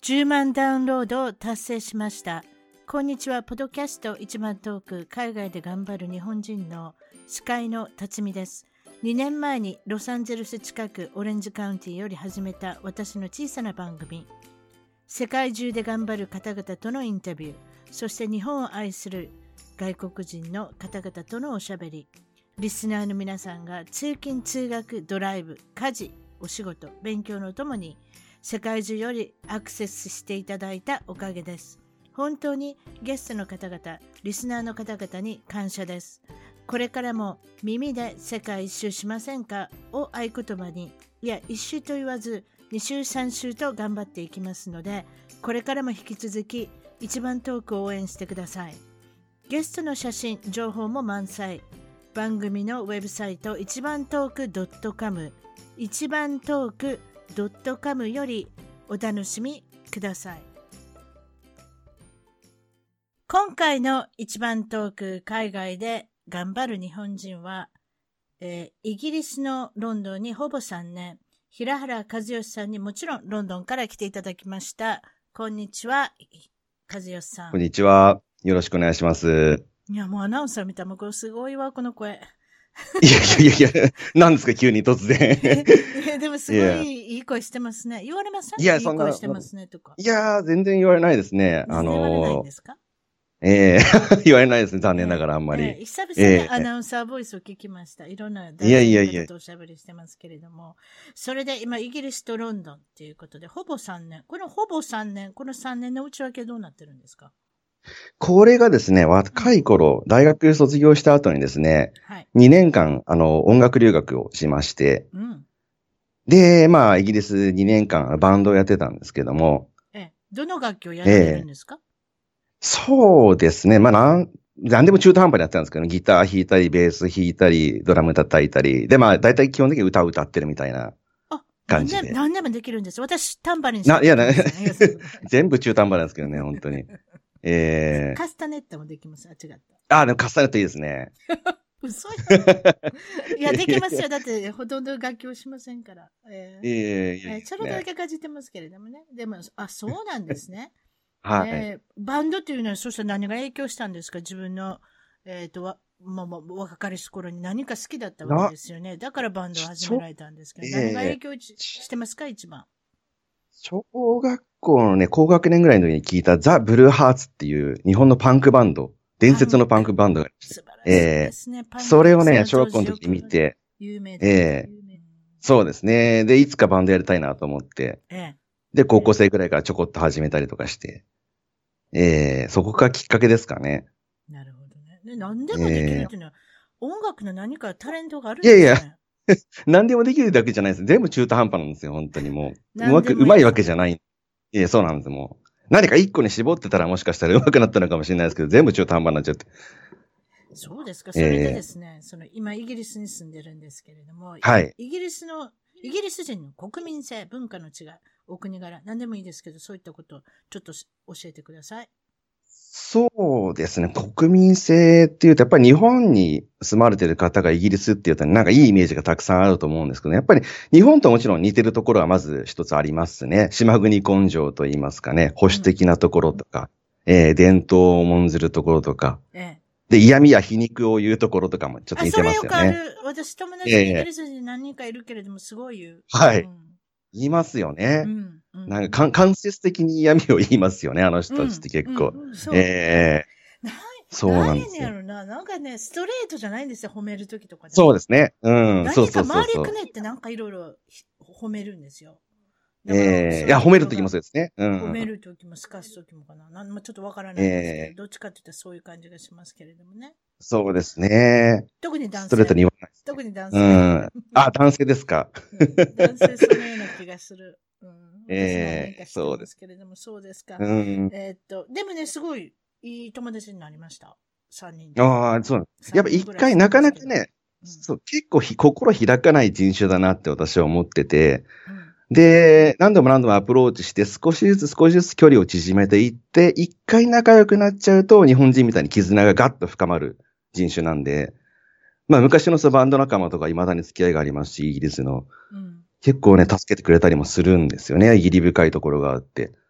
10万ダウンロードを達成しました。こんにちは。ポッドキャスト一番トーク、海外で頑張る日本人の司会の辰巳です。2年前にロサンゼルス近くオレンジカウンティより始めた私の小さな番組。世界中で頑張る方々とのインタビュー、そして日本を愛する外国人の方々とのおしゃべり。リスナーの皆さんが通勤通学、ドライブ、家事、お仕事、勉強のともに世界中よりアクセスしていただいたおかげです。本当にゲストの方々、リスナーの方々に感謝です。これからも耳で世界一周しませんかを合言葉に、いや一周と言わず2週3週と頑張っていきますので、これからも引き続き一番トークを応援してください。ゲストの写真、情報も満載。番組のウェブサイト一番トーク .com 一番トーク.com よりお楽しみください。今回の一番トーク、海外で頑張る日本人は、イギリスのロンドンにほぼ3年、平原和義さんにもちろんロンドンから来ていただきました。こんにちは、和義さん。 こんにちは。よろしくお願いします。 いや、もうアナウンサー見たら、もうこれすごいわ、この声。 いや、何ですか、急に突然。 でもすごいいい声してますね。言われません？ いや、 いい声してますねとか。 いや、全然言われないですね。 言われないんですか？ 言われないですね。残念ながらあんまり。 久々にアナウンサーボイスを聞きました。いろんな大事な方とおしゃべりしてますけれども。それで今、イギリスとロンドンっていうことで、ほぼ3年。この3年の内訳どうなってるんですか？ これがですね、若い頃、大学卒業した後にですね、2年間、音楽留学をしまして、で、イギリス2年間バンドをやってたんですけども。 どの楽器をやられるんですか？ そうですね。なんでも中途半端にやってたんですけど、ギター弾いたり、ベース弾いたり、ドラム叩いたり。で、大体基本的に歌を歌ってるみたいな感じで。 何でもできるんです。私、タンバリンしてるんです、 全部中途半端なんですけどね、本当に。 カスタネットもできます。違った。 でもカスタネットいいですね。 嘘や。いや、できますよ。だって、ほとんど楽器をしませんから。ちょろだけかじってますけれどもね。でも、そうなんですね。 はい。 バンドっていうのは、そしたら何が影響したんですか？自分の、若かりし頃に何か好きだったわけですよね。だからバンドを始められたんですけど、何が影響してますか、一番。 小学校のね、高学年ぐらいの時に聞いたザ・ブルーハーツっていう日本のパンクバンド、伝説のパンクバンドがありました。 素晴らしいですね。 それをね、小学校の時に見て、そうですね。で、いつかバンドやりたいなと思って、で、高校生ぐらいからちょこっと始めたりとかして、そこがきっかけですかね。 なるほどね。で、何でもできるっていうのは、音楽の何かタレントがあるんですかね。 いやいや。何でもできるだけじゃないです。全部中途半端なんですよ、本当にもう。うまいわけじゃない。そうなんです、もう。何か一個に絞ってたらもしかしたら上手くなったのかもしれないですけど、全部中途半端になっちゃって。 そうですか。それでですね、今イギリスに住んでるんですけれども、イギリス人の国民性、文化の違い、お国柄、何でもいいですけど、そういったことをちょっと教えてください。 そうですね。国民性っていうと、やっぱり日本に住まれてる方がイギリスっていうと、なんかいいイメージがたくさんあると思うんですけど、やっぱり日本ともちろん似てるところはまず一つありますね。島国根性と言いますかね。保守的なところとか、伝統を重んずるところとか、で、嫌味や皮肉を言うところとかもちょっと似てますよね。 それよくある。私友達にイギリス人何人かいるけれども、すごい言う。 はい。言いますよね。なんか間接的に嫌味を言いますよね、あの人たちって結構。そうなんですよ。 なんかね、ストレートじゃないんですよ、褒めるときとかで。 そうですね。何か周りくねってなんかいろいろ褒めるんですよ。 いや、褒めるときもそうですね。 褒めるときもすかすときもかな。ちょっとわからないですけど、どっちかって言ったらそういう感じがしますけれどもね。 そうですね。 特に男性。 ストレートに言わない。 特に男性。 男性ですか。 男性そのような気がする。 そうですけれども、そうですか。でもね、すごいいい友達になりました。3人で。 そう。やっぱ一回なかなかね、結構心開かない人種だなって私は思ってて、で、何度もアプローチして少しずつ距離を縮めていって、一回仲良くなっちゃうと日本人みたいに絆がガッと深まる人種なんで、昔のバンド仲間とか未だに付き合いがありますし、イギリスの。結構ね、助けてくれたりもするんですよね。義理深いところがあって。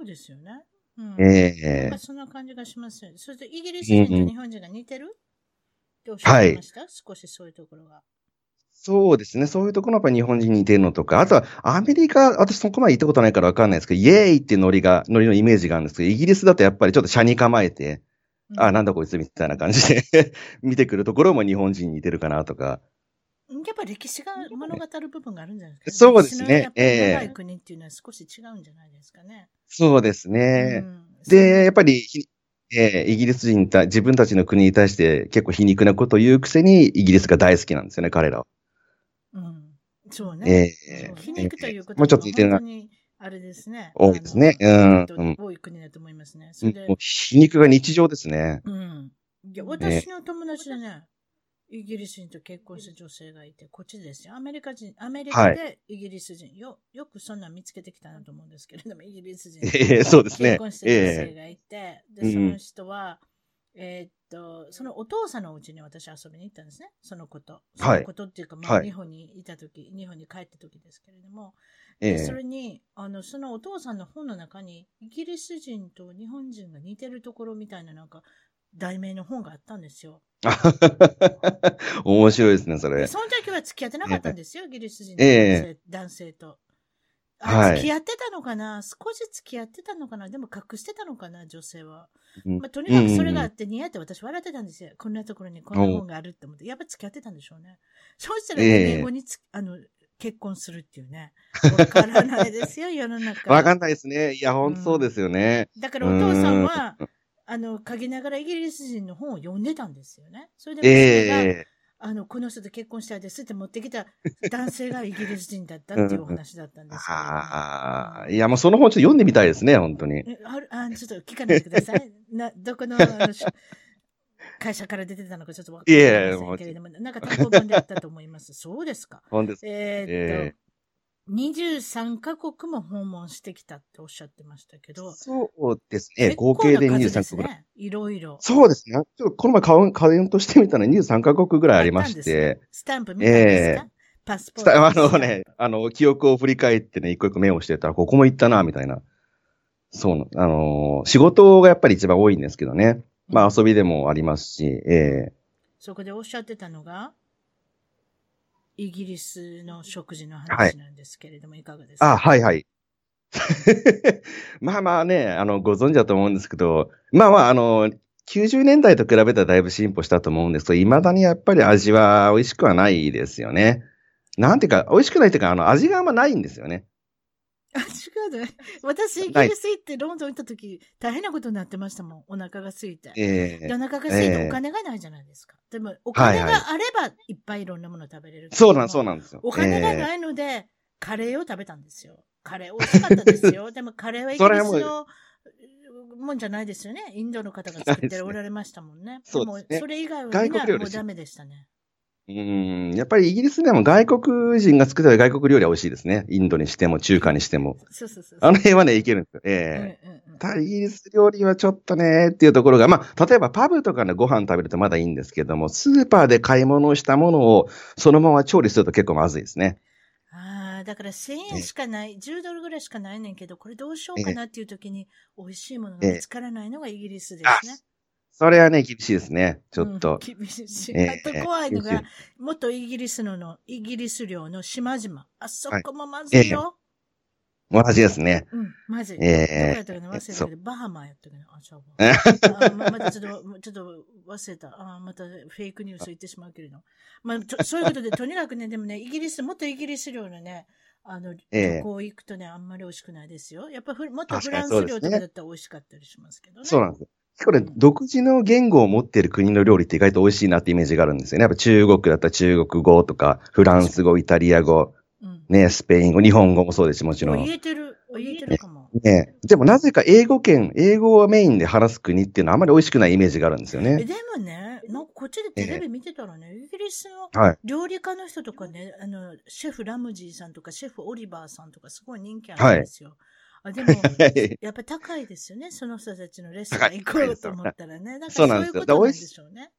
そうですよね。うん。 ええそんな感じがしますよね。それでイギリスうん人とうん。 日本人が似てるっておっしゃっはい。 てました、少しそういうところが。 そうですね。そういうところがやっぱ日本人に似てるのとか、あとはアメリカ、私そこまで行ったことないからわかんないですけど、イエーイっていうノリのイメージがあるんですけど、イギリスだとやっぱりちょっと車に構えて、あ、なんだこいつみたいな感じで見てくるところも日本人に似てるかなとか。 やっぱり歴史が物語る部分があるんじゃないですかね。 そう歴史のやですね。 っぱり長い国っていうのは少し違うんじゃないですかね。 そうですね。 そんなで、やっぱりイギリス人自分たちの国に対して結構皮肉なことを言うくせに、イギリスが大好きなんですよね、彼らは。 そうね。皮肉ということは本当に、あれですね。 多いですね。 多い国だと思いますね。 もう皮肉が日常ですね。 いや、私の友達でね、イギリス人と結婚した女性がいて、こっちですよ。アメリカでイギリス人、よくそんなん見つけてきたなと思うんですけれども、イギリス人と結婚した女性がいて、で、その人は、そのお父さんのお家に私遊びに行ったんですね。そのこと。そのことっていうか、日本にいた時、日本に帰った時ですけれども、で、それに、そのお父さんの本の中に、イギリス人と日本人が似てるところみたいな題名の本があったんですよ。 面白いですね、それ。 その時は付き合ってなかったんですよ、イギリス人の男性と。付き合ってたのかな、少し付き合ってたのかな、でも隠してたのかな、女性は。とにかくそれがあって似合って私笑ってたんですよ。こんなところにこんな本があるって思って。やっぱ付き合ってたんでしょうね。そうしたら2年後に結婚するっていうね。わからないですよ、世の中。 わかんないですね。いや、ほんとそうですよね。 だからお父さんは、陰ながらイギリス人の本を読んでたんですよね。それで娘が、この人と結婚したいですって持ってきた男性がイギリス人だったっていうお話だったんですけど、 いや、もうその本ちょっと読んでみたいですね、本当に。 ちょっと聞かないでください。どこの、会社から出てたのかちょっとわからないですけれども、なんか単行本であったと思います。そうですか。 本です。 23カ国も訪問してきたっておっしゃってましたけど。 そうですね。合計で23カ国。 ね、いろいろ。 そうですね。ちょっとこの前カウントしてみたら23カ国ぐらいありまして。 スタンプ見たんですか、パスポート。記憶を振り返ってね、一個一個メモしてたら、ここも行ったな、みたいな。仕事がやっぱり一番多いんですけどね。まあ遊びでもありますし、 そこでおっしゃってたのが、イギリスの食事の話なんですけれども、いかがですか？ はいはい。まあまあね、ご存知だと思うんですけど、90年代と比べたらだいぶ進歩したと思うんですけど、未だにやっぱり味は美味しくはないですよね。なんていうか、美味しくないっていうか、味があんまないんですよね。 味がない。私、イギリス行ってロンドン行った時、大変なことになってましたもん。お腹が空いて。お腹が空いてお金がないじゃないですか。でも、お金があれば、いっぱいいろんなもの食べれる。 そうなんですよ。 お金がないので、カレーを食べたんですよ。カレー美味しかったですよ。でも、カレーはイギリスのもんじゃないですよね。インドの方が作っておられましたもんね。でも、それ以外はみんなもうダメでしたね。 やっぱりイギリスでも外国人が作った外国料理は美味しいですね。インドにしても中華にしても。 そう。 あの辺はね、いけるんですよ。ただイギリス料理はちょっとね、っていうところが、例えばパブとかでご飯食べるとまだいいんですけども、スーパーで買い物をしたものをそのまま調理すると結構まずいですね。 だから1000円しかない、10ドルぐらいしかないねんけど、これどうしようかなっていう時に美味しいものが見つからないのがイギリスですね。 それはね、厳しいですね。ちょっと。 厳しい。あと怖いのが、元イギリス領の島々。あそこもまずいよ。 まずいですね。 まずい。どこやったかな忘れたけど、バハマやったかなまたちょっと忘れた。またフェイクニュース言ってしまうけれど。そういうことで、とにかくね、でもね、元イギリス領のね、旅行行くとね、あんまり美味しくないですよ。やっぱ元フランス領とかだったら美味しかったりしますけどね。 そうなんです。これ、独自の言語を持っている国の料理って意外と美味しいなってイメージがあるんですよね。やっぱ中国だったら中国語とか、フランス語、イタリア語、スペイン語、日本語もそうですし、もちろん。 言えてるかも。 でもなぜか英語をメインで話す国っていうのはあまり美味しくないイメージがあるんですよね。 でもね、こっちでテレビ見てたらね、イギリスの料理家の人とかね、シェフラムジーさんとか、シェフオリバーさんとかすごい人気あるんですよ。でも、やっぱり高いですよね。その人たちのレストラン行こうと思ったらね。なんかそういうことなんでしょうね。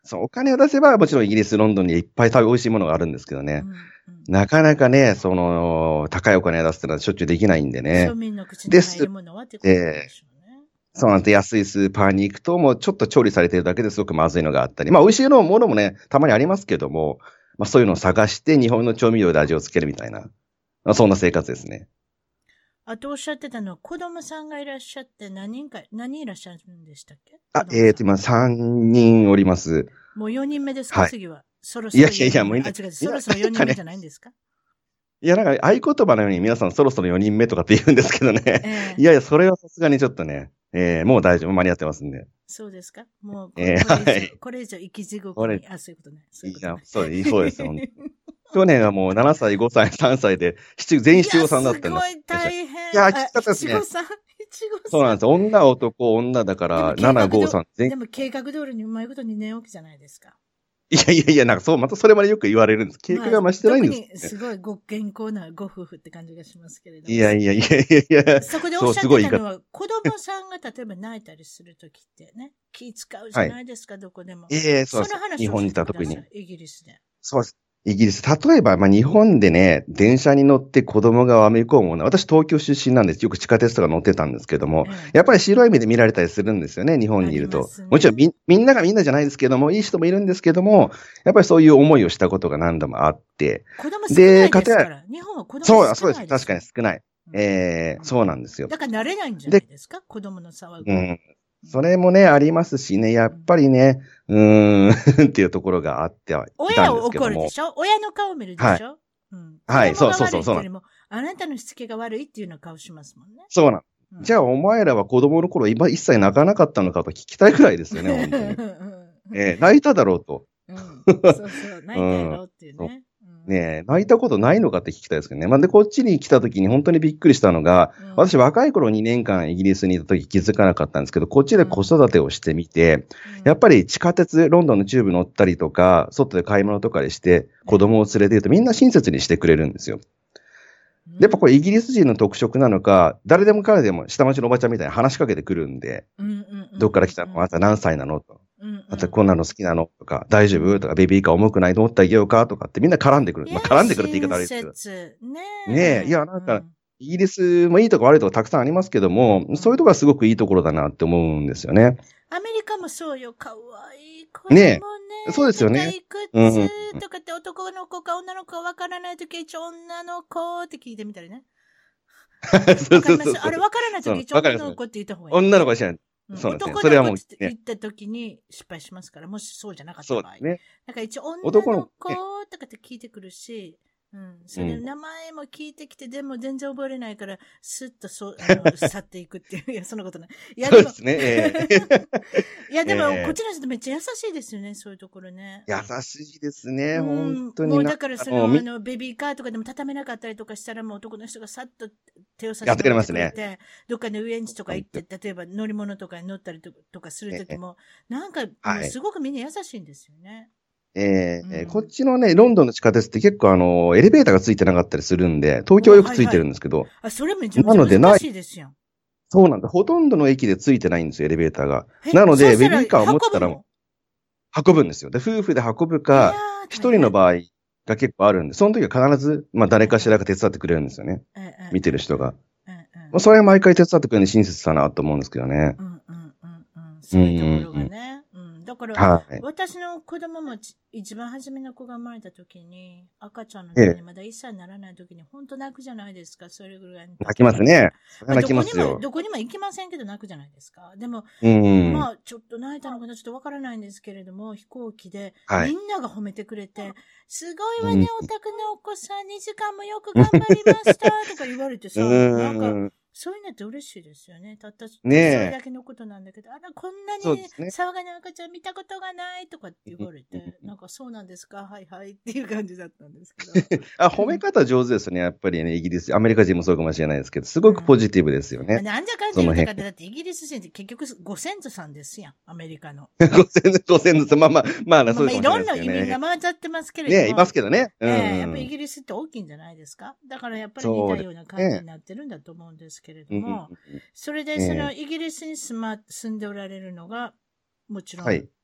そう、お金を出せば、もちろんイギリス、ロンドンにいっぱい美味しいものがあるんですけどね。 うんうんなかなかね、高いお金を出すってのはしょっちゅうできないんでね。 庶民の口に入るものはってことでしょうね。 そうなんです。安いスーパーに行くと、もうちょっと調理されてるだけですごくまずいのがあったり。まあ、美味しいものもね、たまにありますけども、まあ、そういうのを探して日本の調味料で味をつけるみたいな。まあ、そんな生活ですね。 あとおっしゃってたのは、子供さんがいらっしゃって何いらっしゃるんでしたっけ？ 今3人おります。 もう4人目ですか、 はい。 次は。そろそろ4人目。 いや、もう違う、そろそろ4人目じゃないんですか？ いや、なんか合言葉のように皆さんそろそろ4人目とかって言うんですけどね。いや、それはさすがにちょっとね、もう大丈夫、間に合ってますんで。 そうですか？もうはい。 これ以上生き地獄に、そういうことね。そういうことね。 そうですよ。去年はもう7歳、5歳、3歳で、全員七五三だったんだ。 すごい大変。 いや、きつかったですね。 七五三。 そうなんです。女、男、女だから、7、5、3。 でも計画通りにうまいこと2年おきじゃないですか。 いや、なんかそう、またそれまでよく言われるんです。計画がしてないんです、 特にすごいご健康なご夫婦って感じがしますけれども。 いや。 そこでおっしゃってたのは、子供さんが例えば泣いたりするときってね、気使うじゃないですか、どこでも。 そうです。 その話日本にいた時に。 イギリスで。 そうです。イギリス。例えば、日本でね、電車に乗って子供がわめ込むもの。私、東京出身なんです。よく地下鉄とか乗ってたんですけども、やっぱり白い目で見られたりするんですよね、日本にいると。もちろんみんながみんなじゃないですけども、いい人もいるんですけども、やっぱりそういう思いをしたことが何度もあって。 子供少ないですから。日本は子供少ないです。 そうです。確かに少ない。そうなんですよ。 だから慣れないんじゃないですか、子供の騒ぐ。 それもね、ありますしね、やっぱりね、っていうところがあってはいたんですけども。 親を怒るでしょ？親の顔を見るでしょ？ はい、そう。 あなたのしつけが悪いっていうような顔しますもんね。 そうなん。じゃあ、お前らは子供の頃、一切泣かなかったのかと聞きたいくらいですよね、本当に。泣いただろうと。 そう、泣いたやろっていうね。 ねえ、泣いたことないのかって聞きたいですけどね。で、こっちに来た時に本当にびっくりしたのが、私若い頃2年間イギリスにいた時気づかなかったんですけど、こっちで子育てをしてみて、やっぱり地下鉄、ロンドンのチューブ乗ったりとか、外で買い物とかでして子供を連れているとみんな親切にしてくれるんですよ。やっぱこれイギリス人の特色なのか、誰でも彼でも下町のおばちゃんみたいに話しかけてくるんで、どっから来たの？あなた何歳なの？と。あなたこんなの好きなの？とか、大丈夫？とか、ベビーカー重くないと思ってあげようか？とかってみんな絡んでくる。絡んでくるって言い方悪いですけど。ねえ。いや、なんか、イギリスもいいとこ悪いとこたくさんありますけども、そういうとこはすごくいいところだなって思うんですよね。 アメリカもそうよ。かわいい子供ね。 そうですよね。 いくつとかって男の子か女の子かわからないとき、一応女の子って聞いてみたりね。あれわからないとき、一応女の子って言った方がいい。 女の子は知らない。そうですね。それはもう。 言ったときに失敗しますから、もしそうじゃなかった場合。そうですね。 だから一応女の子とかって聞いてくるし、それ名前も聞いてきて、でも全然覚えれないから、スッと去っていくっていう。いや、そんなことない。いや、でも、そうですね。いや、でも、こっちの人めっちゃ優しいですよね、そういうところね。 優しいですね、本当に。 もうだから、ベビーカーとかでも畳めなかったりとかしたら、もう男の人がさっと手を差し伸べてくれて、やってくれますね。どっかの遊園地とか行って、例えば乗り物とかに乗ったりとかするときも、なんか、すごくみんな優しいんですよね。 こっちのね、ロンドンの地下鉄って結構エレベーターがついてなかったりするんで、東京はよくついてるんですけど。 それめちゃめちゃ難しいですよ。 そうなんだ。ほとんどの駅でついてないんですよ、エレベーターが。なので、ベビーカーを持ったら運ぶんですよ。で、夫婦で運ぶか、一人の場合が結構あるんで、その時は必ず、誰かしらが手伝ってくれるんですよね。見てる人が。それは毎回手伝ってくれるんで親切だなと思うんですけどね。 そういうところがね。だから、私の子供も一番初めの子が生まれた時に、赤ちゃんの時にまだ1歳にならない時に、本当泣くじゃないですか、それぐらい。 泣きますね。泣きますよ。 どこにも行きませんけど泣くじゃないですか。でも、ちょっと泣いたのかな、ちょっとわからないんですけれども、飛行機で、みんなが褒めてくれて、すごいわね、お宅のお子さん2時間もよく頑張りましたとか言われてさ、なんか、そういうのって嬉しいですよね。たったそれだけのことなんだけど、あら、こんなに騒がない赤ちゃん見たことがないとかって言われて、なんかそうなんですか、はいはいっていう感じだったんですけど。 褒め方上手ですね、やっぱりね、イギリス、アメリカ人もそうかもしれないですけど、すごくポジティブですよね。 なんじゃかんじゃ言うとかだってイギリス人って結局ご先祖さんですやん、アメリカの。 ご先祖さん、そうですね。 いろんな移民が混ざってますけれども。 ね、いますけどね。 やっぱりイギリスって大きいんじゃないですか。だからやっぱり似たような感じになってるんだと思うんですけれども。それで、イギリスに住んでおられるのが、もちろん、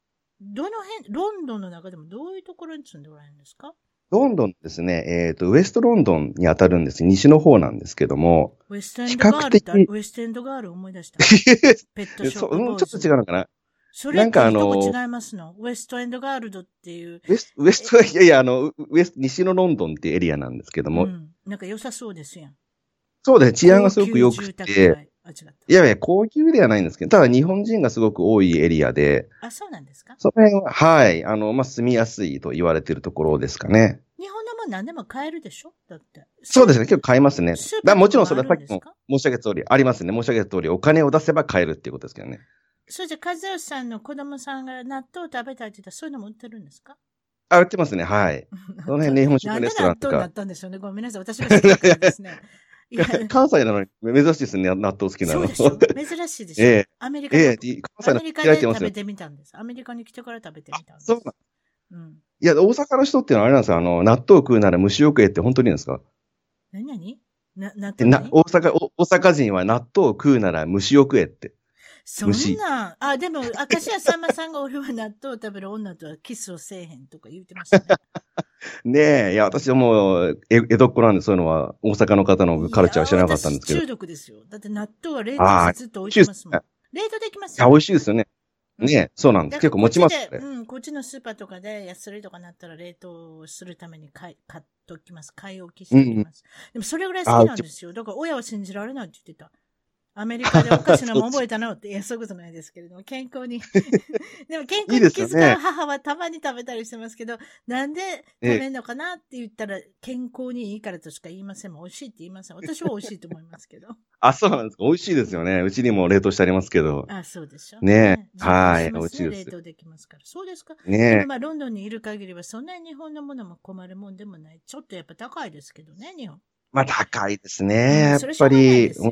どの辺、ロンドンの中でもどういうところに住んでおられるんですか？ ロンドンですね、ウエストロンドンに当たるんです。西の方なんですけども、 ウエストエン比ドガールって、 較的、 ウエストエンドガール思い出した。ペットショッそう、 プボーイズ。 ちょっと違うのかな。 それってどこ違いますの？ウエストエンドガールドっていう。 ウエスト、いやいや、西のロンドンっていうエリアなんですけども、 なんか良さそうですやん。 そうですね、治安がすごく良くて、 違った。 いやいや、高級ではないんですけど、ただ日本人がすごく多いエリアで、 あ、そうなんですか？ その辺は、はい、住みやすいと言われているところですかね。 日本のも何でも買えるでしょ？だって。 そうですね、結構買えますね。もちろんそれはさっきも申し上げた通り、ありますね。申し上げた通り、お金を出せば買えるっていうことですけどね。 それじゃ、和義さんの子供さんが納豆食べたいって言ったら、そういうのも売ってるんですか？ あ、売ってますね、はい。その辺日本食レストランとか。 なんで納豆になったんでしょうね。ごめんなさい、私が好きだからですね。 関西なのに珍しいですね、納豆好きなの。 そうでしょ。珍しいでしょ。アメリカで食べてみたんです。アメリカに来てから食べてみたんです。 そうなん。いや、大阪の人っていうのはあれなんですよ。納豆食うなら虫を食えって本当に言うんですか？ 何大阪人は納豆を食うなら虫を食えって。 そんな、でも、明石家さんまさんが俺は納豆を食べる女とはキスをせえへんとか言ってましたね。 ねえ、いや、私はもう、江戸っ子なんでそういうのは、大阪の方のカルチャーは知らなかったんですけど。 中毒ですよ。だって納豆は冷凍してずっと置いてますもん。冷凍できますよ。美味しいですよね。ね、そうなんです。結構持ちますね。 こっちのスーパーとかで安売りとかなったら冷凍するために買っときます。買い置きしておきます。でもそれぐらい好きなんですよ。だから親は信じられないって言ってた。アメリカでおかしなもん覚えたのって、いや、そういうことないですけれども、健康に。でも健康に気遣う母はたまに食べたりしてますけど、なんで食べんのかなって言ったら、健康にいいからとしか言いませんもん。美味しいって言いません。私は美味しいと思いますけど。 あ、そうなんですか。美味しいですよね。うちにも冷凍してありますけど。 そうでしょ。 ねはい。美味しいです。 冷凍できますから。そうですか。 ねでもロンドンにいる限りは、そんなに日本のものも困るもんでもない。ちょっとやっぱ高いですけどね、日本。 高いですね。やっぱり、日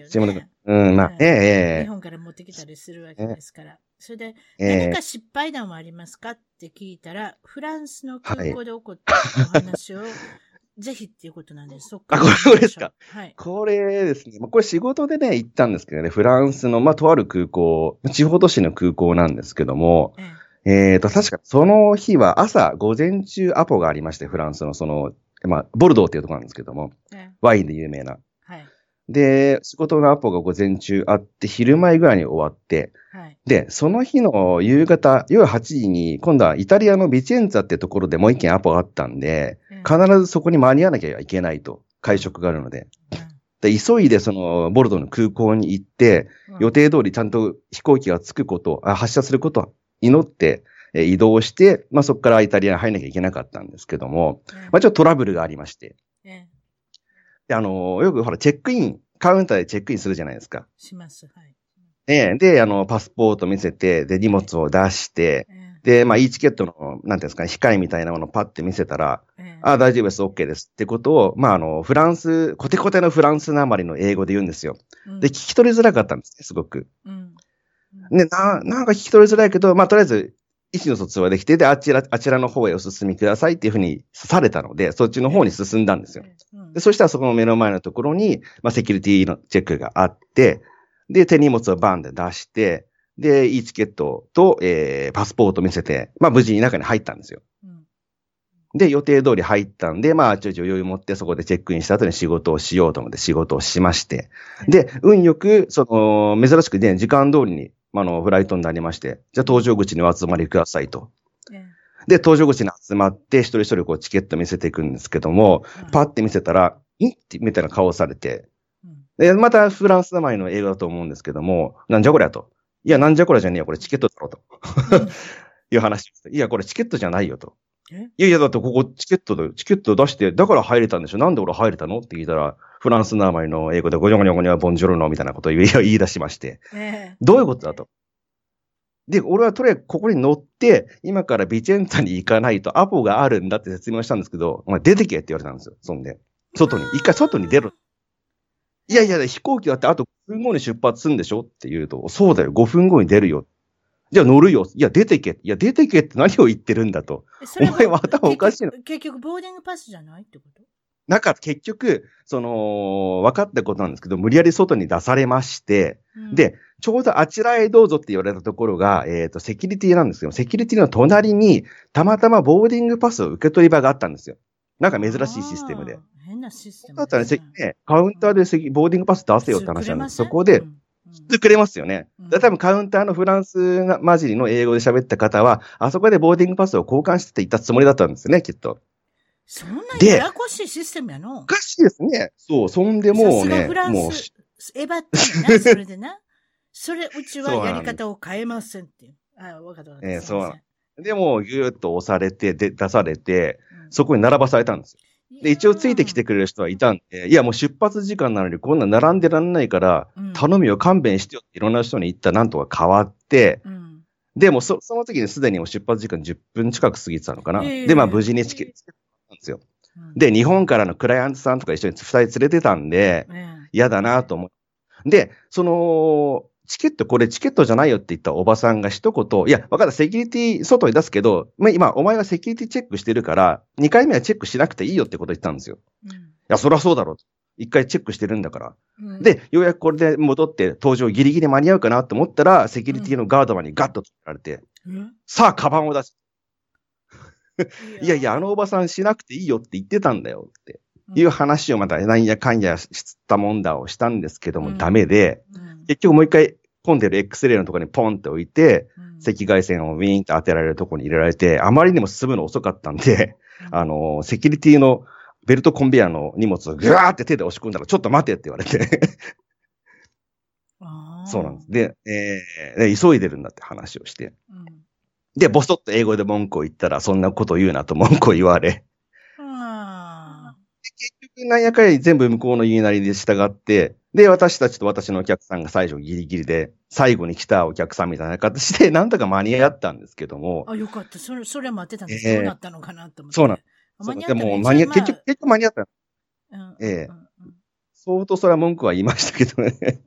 本から持ってきたりするわけですから。それで、何か失敗談はありますかって聞いたら、フランスの空港で起こったお話を、ぜひっていうことなんです。 これですか。はい。これですね。これ仕事でね、行ったんですけどね、フランスの、とある空港、地方都市の空港なんですけども、確かその日は朝、午前中アポがありまして、フランスのボルドーっていうところなんですけども、ワインで有名な。はい。で、仕事のアポが午前中あって、昼前ぐらいに終わって、はい。で、その日の夕方、夜8時に、今度はイタリアのビチェンツァってところでもう一件アポがあったんで、必ずそこに間に合わなきゃいけないと、会食があるので。で、急いでボルドーの空港に行って、予定通りちゃんと飛行機が着くこと、発射することを祈って、移動して、そこからイタリアに入らなきゃいけなかったんですけども、ちょっとトラブルがありまして。で、よくほら、カウンターでチェックインするじゃないですか。 します。はい。 で、パスポート見せて、で、荷物を出して、で、E チケットの、なんていうんですかね、控えみたいなものをパッて見せたら、大丈夫です、OK です。ってことを、フランス、コテコテのフランスなまりの英語で言うんですよ。で、聞き取りづらかったんですね、すごく。ね、なんか聞き取りづらいけど、とりあえず、意思の疎通はできて、で、あちらの方へお進みくださいっていうふうにされたので、そっちの方に進んだんですよ。で、そしたらそこの目の前のところに、セキュリティのチェックがあって、で、手荷物をバンで出して、で、E チケットと、パスポート見せて、無事に中に入ったんですよ。で、予定通り入ったんで、ちょいちょい余裕持ってそこでチェックインした後に仕事をしようと思って仕事をしまして、で、運よく、珍しくね、時間通りに、フライトになりまして、じゃあ搭乗口にお集まりくださいと。で、搭乗口に集まって、一人一人チケット見せていくんですけども、パッて見せたら、ってみたいな顔をされて、で、またフランス名前の英語だと思うんですけども、なんじゃこりゃと。いや、なんじゃこりゃじゃねえよ、これチケットだろと。いう話です。いや、これチケットじゃないよと。いや、だってここチケット出して、だから入れたんでしょ。なんで俺入れたのって聞いたら、フランス名前の英語でゴニョゴニョゴニョボンジョルノみたいなことを言い出しまして。どういうことだと。で、俺はとりあえずここに乗って、今からビチェンツァに行かないとアポがあるんだって説明したんですけど、お前出てけって言われたんですよ。そんで。一回外に出る。いやいや、飛行機だってあと5分後に出発するんでしょって言うと、そうだよ、5分後に出るよ。じゃあ乗るよ。いや、出てけ。いや、出てけって何を言ってるんだと。お前は頭おかしいの。 結局、ボーディングパスじゃないってこと？ 結局、分かったことなんですけど、無理やり外に出されまして、で、ちょうどあちらへどうぞって言われたところが、セキュリティなんですけど、セキュリティの隣に、たまたまボーディングパスを受け取り場があったんですよ。なんか珍しいシステムで。 変なシステムだったらね、カウンターでボーディングパス出せよって話なんです。そこで、くれますよね。多分カウンターのフランス混じりの英語で喋った方は、あそこでボーディングパスを交換していったつもりだったんですよね、きっと。 そんなややこしいシステムやの。 おかしいですね。そう、そんでもうね。さすがフランス、エバってんな、それでな。それ、うちはやり方を変えませんっていう。わかった。 そう。でも、ぎゅーっと押されて、出されて、そこに並ばされたんですよ。で、一応ついてきてくれる人はいたんで、いや、もう出発時間なのにこんな並んでらんないから、頼みを勘弁してよっていろんな人に言ったらなんとか変わって、でもその時にすでにもう出発時間10分近く過ぎてたのかな。で、まあ無事にチケットつけたんですよ。で、日本からのクライアントさんとか一緒に2人連れてたんで、嫌だなと思う。で、チケットじゃないよって言ったおばさんが一言、いや、わかった、セキュリティ外に出すけど、今、お前はセキュリティチェックしてるから、2回目はチェックしなくていいよってこと言ったんですよ。いや、そりゃそうだろう。1回チェックしてるんだから。で、ようやくこれで戻って登場ギリギリ間に合うかなと思ったら、セキュリティのガードマンにガッと取られて、さあ、カバンを出す。いやいや、あのおばさんしなくていいよって言ってたんだよっていう話をまたなんやかんやしたもんだをしたんですけども、ダメで、結局もう一回混んでる X レイのところにポンって置いて、赤外線をウィーンって当てられるところに入れられて、あまりにも進むの遅かったんで、セキュリティのベルトコンベヤーの荷物をぐわーって手で押し込んだら、ちょっと待てって言われて。そうなんです。で、急いでるんだって話をして。で、ボソッと英語で文句を言ったら、そんなこと言うなと文句を言われ。結局、なんやかんや全部向こうの言いなりで従って、で、私たちと私のお客さんが最初ギリギリで、最後に来たお客さんみたいな形で、なんとか間に合ったんですけども。 よかった。それ待ってたんです。どうなったのかなと思って。 そうなんです。でも、結局間に合った。相当それは文句は言いましたけどね。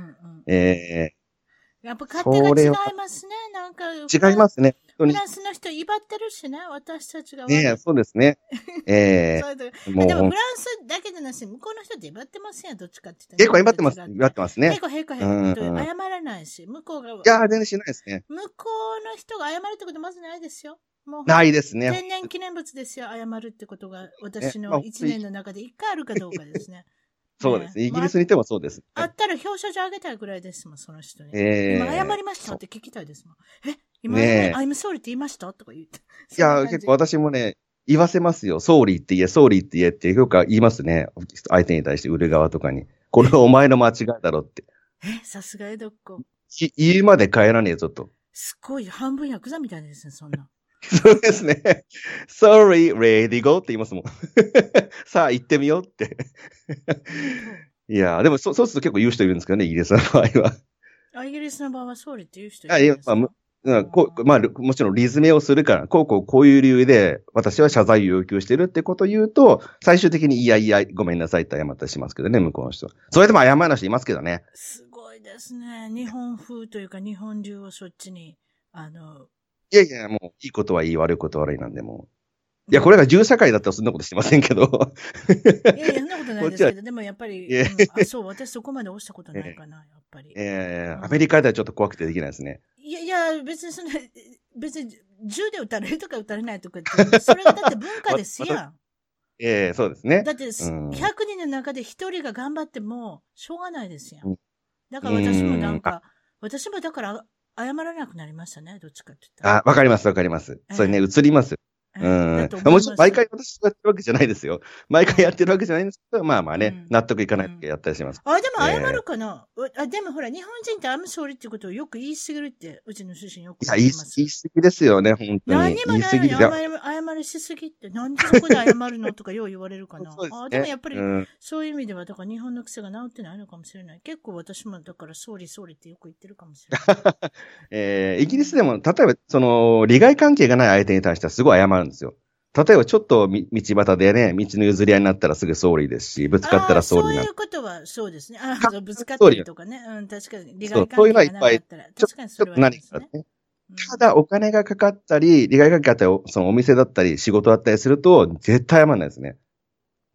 やっぱ勝手が違いますね。なんか。 違いますね。 フランスの人威張ってるしね、私たちが。 そうですね。 でもフランスだけでなし、向こうの人って威張ってますやん、どっちかって言ったら。結構威張ってます。威張ってますね。 謝らないし、向こうが。 いや、全然しないですね。 向こうの人が謝るってことまずないですよ。もうないですね。 天然記念物ですよ、謝るってことが、私の一年の中で一回あるかどうかですね。 そうです。イギリスにいてもそうです。 あったら表彰状あげたいぐらいですもん、その人に。今謝りましたって聞きたいですもん。今、I'm sorry って言いましたとか言って。いや、結構私もね、言わせますよ。ソーリーって言え、ソーリーって言えってよく言いますね。相手に対して売る側とかに。これはお前の間違いだろって。 さすが江戸っ子。 言うまで帰らねえぞと。 すごい、半分ヤクザみたいですね、そんな。 そうですね。sorry, ready, go って言いますもん。さあ、行ってみようって。いや、でもそうすると結構言う人いるんですけどね、イギリスの場合は。 イギリスの場合は総理って言う人いるんですか？ もちろんリズメをするから、こういう理由で私は謝罪を要求してるってことを言うと、最終的にいや、ごめんなさいって謝ったりしますけどね、向こうの人は。それでも謝らない人いますけどね。 すごいですね。日本風というか日本流をそっちに、 いや、もう、いいことはいい、悪いことは悪いなんで、もう。いや、これが銃社会だったらそんなことしてませんけど。 いや、そんなことないですけど、でもやっぱり、そう、私そこまで押したことないかな、やっぱり。 アメリカではちょっと怖くてできないですね。 いや、別に別に銃で撃たれるとか撃たれないとかって、それがだって文化ですやん。そうですね。 だって、100人の中で1人が頑張っても、しょうがないですやん。だから私もだから謝らなくなりましたね、どっちかって言ったら。 わかります。それね、映ります。もちろん毎回私がやってるわけじゃないですよ。毎回やってるわけじゃないんですけど、まあね、納得いかないってやったりします。 でも謝るかな、でもほら、日本人ってI'm sorryってことをよく言いすぎるって、うちの主人よく言います。 言いすぎですよね、本当に。 何にもないのに謝りしすぎって、なんでそこで謝るのとかよう言われるかな。でもやっぱり、そういう意味では、だから日本の癖が治ってないのかもしれない。結構私もだから総理ってよく言ってるかもしれない。イギリスでも、例えば、利害関係がない相手に対してはすごい謝るんですよ。例えばちょっと道端でね、道の譲り合いになったらすぐ総理ですし、ぶつかったら総理そういうことはそうですね。ぶつかったりとかね。確かに。利害関係がなかったら。確かにそれはありますね。 ただお金がかかったり、利害関係あったり、そのお店だったり、仕事だったりすると、絶対謝らないですね。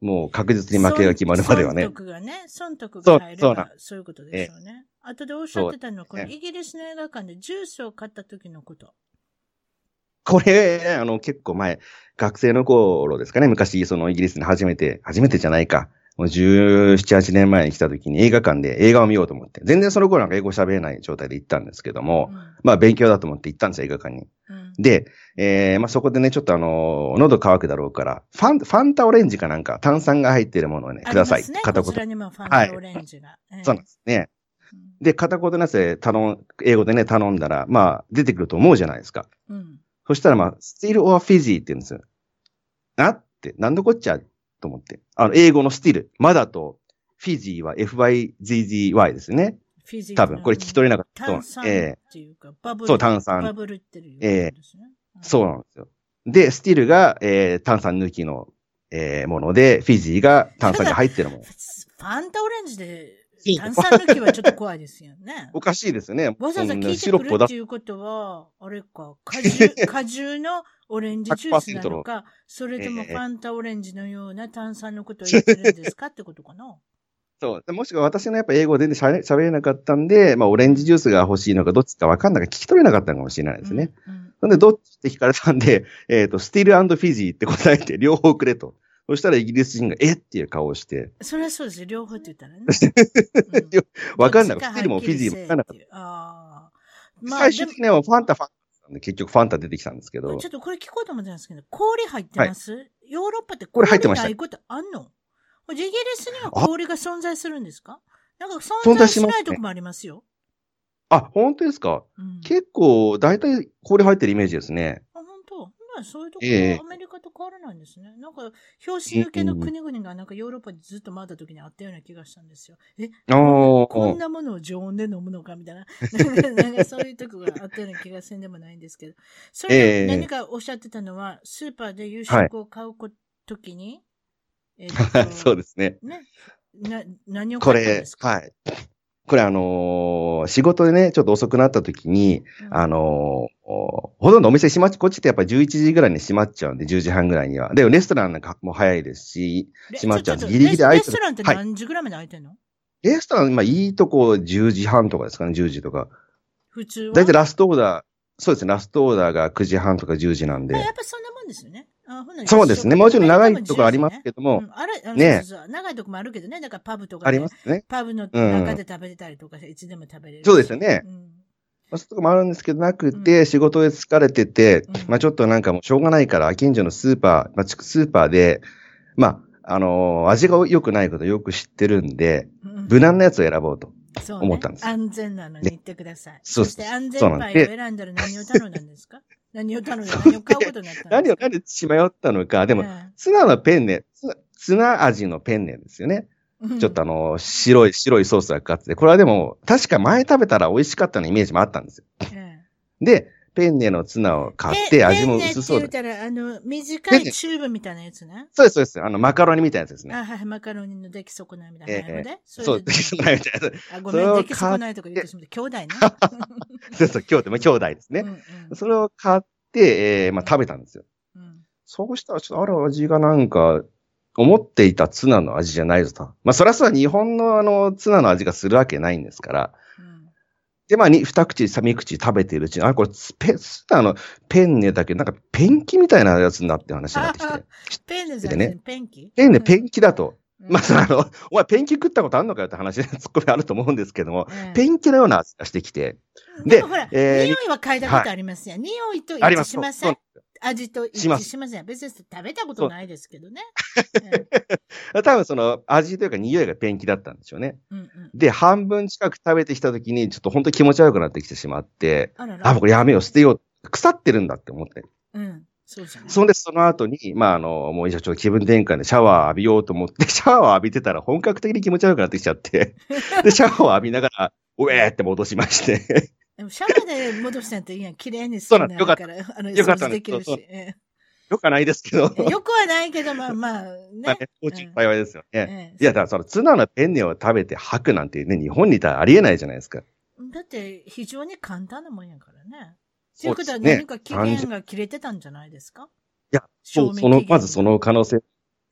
もう確実に負けが決まるまではね。 損得が入れば、そういうことですよね。後でおっしゃってたのは、このイギリスの映画館でジュースを買った時のこと。 これ、結構前、学生の頃ですかね、昔、イギリスに初めてじゃないか。もう17、8年前に来た時に映画館で映画を見ようと思って。全然その頃なんか英語喋れない状態で行ったんですけども、まあ勉強だと思って行ったんですよ、映画館に。で、まあそこでね、ちょっと喉乾くだろうから、ファンタオレンジかなんか、炭酸が入っているものをね、ください。 片言。こちらにもファンタオレンジが。 そうなんですね。で、片言のやつで英語でね、頼んだら、まあ出てくると思うじゃないですか。そしたらまあ、still or fizzy って言うんですよ。なんでこっちゃと思って。英語の still。まだと、fizzy は fyzzy ですね。多分、これ聞き取れなかった。 炭酸っていうか、バブル。 そう、炭酸。 バブルってるですね。 そうなんですよ。で、still が、炭酸抜きの、もので、fizzy が炭酸が入ってるもの。 ファンタオレンジで、炭酸抜きはちょっと怖いですよね。 おかしいですよね。 わざわざ聞いてくるっていうことは、あれか、果汁のオレンジジュースなのか、それともファンタオレンジのような炭酸のことを言ってるんですかってことかな。 そう。もしくは私のやっぱ英語全然喋れなかったんで、まあオレンジジュースが欲しいのかどっちかわかんないから聞き取れなかったのかもしれないですね。なんでどっちって聞かれたんで、still and fizzy って答えて両方くれと。そしたらイギリス人が、っていう顔をして。 それはそうですよ。両方って言ったらね。 わかんない。スティルもフィジーもわかんなかった。まあ、最終的にはファンタなんで、結局ファンタ出てきたんですけど。 ちょっとこれ聞こうと思ったんですけど、氷入ってます、ヨーロッパって氷ないことあんのイギリスには氷が存在するんですか？なんか存在しないとこもありますよ。 本当ですか？結構、だいたい氷入ってるイメージですね。 本当？そういうところ、アメリカと変わらないんですね。なんか、拍子抜けの国々がなんかヨーロッパでずっと回った時にあったような気がしたんですよ。こんなものを常温で飲むのかみたいな。なんかそういうとこがあったような気がせんでもないんですけど。それで何かおっしゃってたのは、スーパーで夕食を買うときに、 そうですね。 何を買ったんですか？ これ仕事でね、ちょっと遅くなった時に、ほとんどお店こっちってやっぱり11時ぐらいに閉まっちゃうんで、10時半ぐらいには。で、レストランなんかも早いですし、閉まっちゃうんで、ギリギリレストランって何時ぐらいまで開いてんの？ レストラン、いいとこ10時半とかですかね、10時とか。 普通はだいたいラストオーダー、そうですね、ラストオーダーが9時半とか10時なんで。 やっぱそんなもんですよね。 そうですね。もちろん長いとこありますけども。 長いとこもあるけどね。だからパブとかありますね。 パブの中で食べてたりとか、いつでも食べれる。 そうですよね。そういうとこもあるんですけどなくて、仕事で疲れてて、ちょっとなんかもうしょうがないから、近所のスーパーで、味が良くないことよく知ってるんで、無難なやつを選ぼうと思ったんです。 安全なのに言ってください。そして安全パイを選んだら何を頼んだんですか？何を買うことになったんですか？ 何を血迷ったのか。でも、ツナ味のペンネですよね。ちょっと白いソースがかかってて、これはでも、確か前食べたら美味しかったのイメージもあったんですよ。で、ペンネのツナを買って、味も薄そうだ。 ペンネって言ったら、短いチューブみたいなやつね。 そうです。マカロニみたいなやつですね。 はい、マカロニの出来損ないみたいなので。 そう、出来損ないみたいなやつ。 ごめん、出来損ないとか言ってしまって、兄弟ね。 そう、兄弟ですね。それを買って、食べたんですよ。そうしたら、ちょっと味がなんか、思っていたツナの味じゃないぞと。そりゃそう日本のツナの味がするわけないんですから。で、二口、三口食べているうちに、これ、ツナのペンネだけど、なんかペンキみたいなやつになって話になってきて。 ペンネじゃねペンキ？ ペンネ、ペンキだと。お前ペンキ食ったことあんのかよって話で、ツッコミあると思うんですけども、ペンキのような味がしてきて。 でもほら、匂いは嗅いだことありますよ。匂いと一致しません。味と一致しません。別に食べたことないですけどね。 多分味というか匂いがペンキだったんでしょうね。で、半分近く食べてきたときに、ちょっと本当に気持ち悪くなってきてしまって、もうこれやめよう、捨てよう。腐ってるんだって思って。 そうじゃない。 そんで、その後に、もうちょっと気分転換でシャワー浴びようと思って、シャワーを浴びてたら本格的に気持ち悪くなってきちゃって、で、シャワーを浴びながら、うえーって戻しまして。 でもシャワーで戻したんといいやん。綺麗にするんだから、 よかったできるし。 よくはないですけど。 よくはないけど、ね。 おち幸いですよね。いや、だからツナのペンネを食べて吐くなんてね、日本にいたらありえないじゃないですか。 だって、非常に簡単なもんやからね。ということは何か期限が切れてたんじゃないですか？ いや、まずその可能性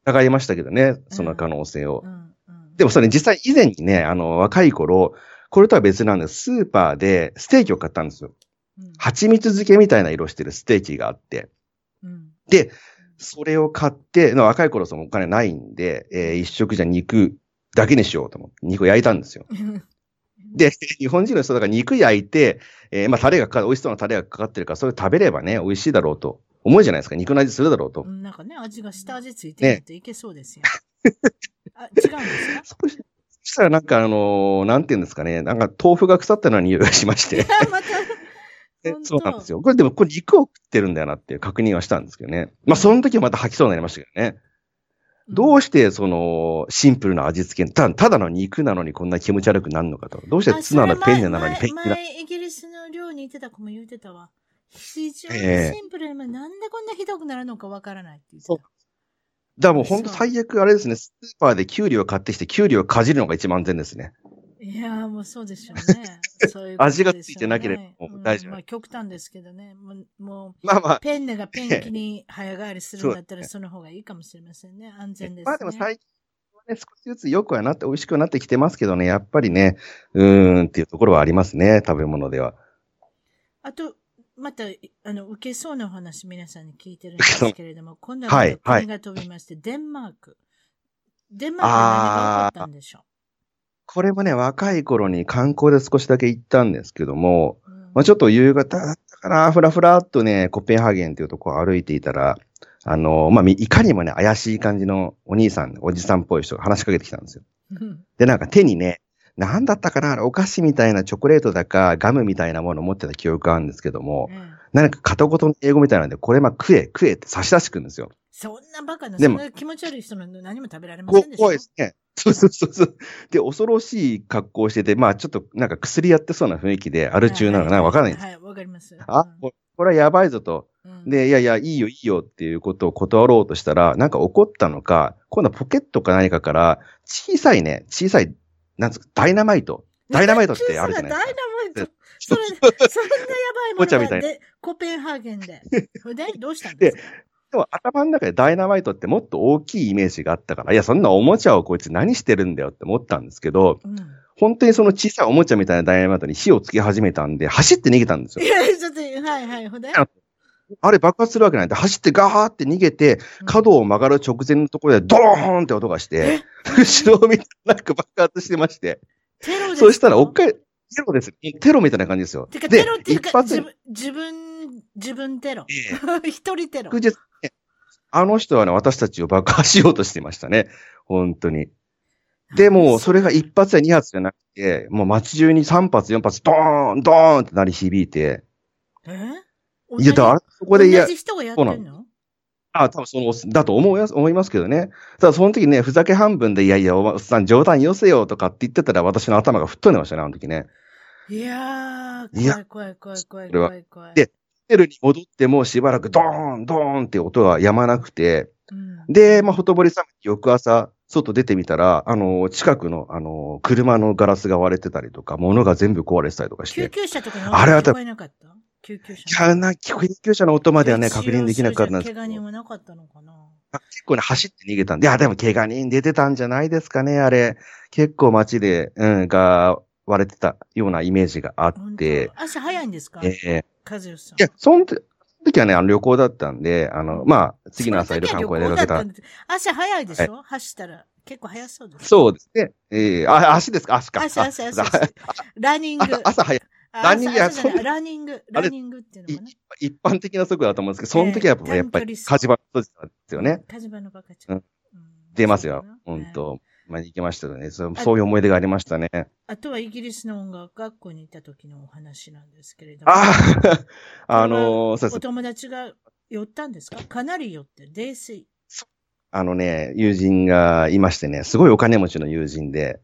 疑いましたけどね、その可能性を。 うんでもそれ実際以前にね、若い頃、これとは別なんです。スーパーでステーキを買ったんですよ。蜂蜜漬けみたいな色してるステーキがあって。で、それを買って、若い頃そのお金ないんで、一食じゃ肉だけにしようと思って、肉を焼いたんですよ。で、日本人の人だから肉焼いて、まあタレが美味しそうなタレがかかってるから、それ食べればね、美味しいだろうと思うじゃないですか。肉の味するだろうと。 なんかね、下味ついてるといけそうですよ。あ、違うんですか？ そしたらなんかなんていうんですかね、なんか豆腐が腐ったような匂いがしまして。 またそうなんですよ。これでもこれ肉を食ってるんだよなっていう確認はしたんですけどね。まあその時はまた吐きそうになりましたけどね。どうしてそのシンプルな味付け、ただの肉なのにこんな気持ち悪くなるのかと。どうしてツナのペンネなのにペンネなの？ 前イギリスの寮にいてた子も言ってたわ。非常にシンプルに、なんでこんなひどくなるのかわからないって言ってた。 だからもう本当最悪あれですね、スーパーでキュウリを買ってきて、キュウリをかじるのが一番安全ですね。 いやーもうそうでしょうね。そういうことでしょうね。 味がついてなければもう大丈夫。 まあ極端ですけどね。もう、 まあまあ、 ペンネがペンキに早変わりするんだったらその方がいいかもしれませんね。安全ですね。 まあでも最近はね、少しずつ良くはなって、美味しくなってきてますけどね、やっぱりね、っていうところはありますね、食べ物では。 あと、また、受けそうなお話皆さんに聞いてるんですけれども、今度は国が飛びまして、デンマーク。デンマークで何が起こったんでしょう？ これもね、若い頃に観光で少しだけ行ったんですけども、まあちょっと夕方だったかな、ふらふらっとね、コペンハーゲンというところを歩いていたら、まあ、いかにもね、怪しい感じのお兄さん、おじさんっぽい人が話しかけてきたんですよ。で、なんか手にね、なんだったかな、お菓子みたいなチョコレートだか、ガムみたいなものを持ってた記憶があるんですけども、なんか片言の英語みたいなんで、これ食えって差し出してくるんですよ。 そんなバカな、そんな気持ち悪い人の何も食べられませんでしょ。 怖いですね。そうそうそう。で、恐ろしい格好をしてて、まあちょっとなんか薬やってそうな雰囲気で、ある中なのかな、わからないんです。 はい、わかります。 これはやばいぞと。で、いや、いいよっていうことを断ろうとしたら、なんか怒ったのか、今度はポケットか何かから、小さい、なんですか、ダイナマイトってあるじゃないですか。ダイナマイト。 そんなやばいものがで、コペンハーゲンで。それで、どうしたんですか？ でも頭の中でダイナマイトってもっと大きいイメージがあったから、いや、そんなおもちゃをこいつ何してるんだよって思ったんですけど、本当にその小さいおもちゃみたいなダイナマイトに火をつけ始めたんで、走って逃げたんですよ。 いや、ちょっと、はい、ほんで？ あれ爆発するわけないんで、走ってガーって逃げて、角を曲がる直前のところでドーンって音がして、後ろを見てなんか爆発してまして。 テロですか？ そうしたら、テロです。テロみたいな感じですよ。 てか、テロっていうか、自分テロ。一人テロ。 あの人はね、私たちを爆破しようとしてましたね。本当に。でも、それが1発や2発じゃなくて、もう街中に3発、4発、ドーン、ドーンって鳴り響いて。いや、そこで同じ人がやってんの？ 多分だと思いますけどね。ただその時ね、ふざけ半分で、いや、おっさん冗談よせよとかって言ってたら、私の頭が吹っ飛んでましたね、あの時ね。 いやー、怖い。 で、ホテルに戻ってもしばらくドーン、ドーンって音が止まなくて、で、まあ、ほとぼり冷めて翌朝、外出てみたら、近くの、車のガラスが割れてたりとか、物が全部壊れてたりとかして。 救急車とかの音聞こえなかった？救急車の音まではね、確認できなかったんですけど。 怪我人はなかったのかな？ 結構ね、走って逃げたんで、いや、でも怪我人出てたんじゃないですかね、あれ。結構街で、が割れてたようなイメージがあって。 足早いんですか？和義さん。 いや、その時はね、旅行だったんで、まあ、次の朝いる観光で出かけた。 足早いでしょ？走ったら。結構早そうです。 そうですね。足ですか？足か。 足。ランニング。 朝早い。ランニングランニングっていうのかな？ 一般的な速度だと思うんですけど、その時はやっぱり、火事場のですよね。 火事場のバカちゃん。 出ますよ。本当まあ、行きましたね。そういう思い出がありましたね。 あとはイギリスの音楽学校に行った時のお話なんですけれども。お友達が寄ったんですか？かなり寄ってる。泥酔。 友人がいましてね、すごいお金持ちの友人で、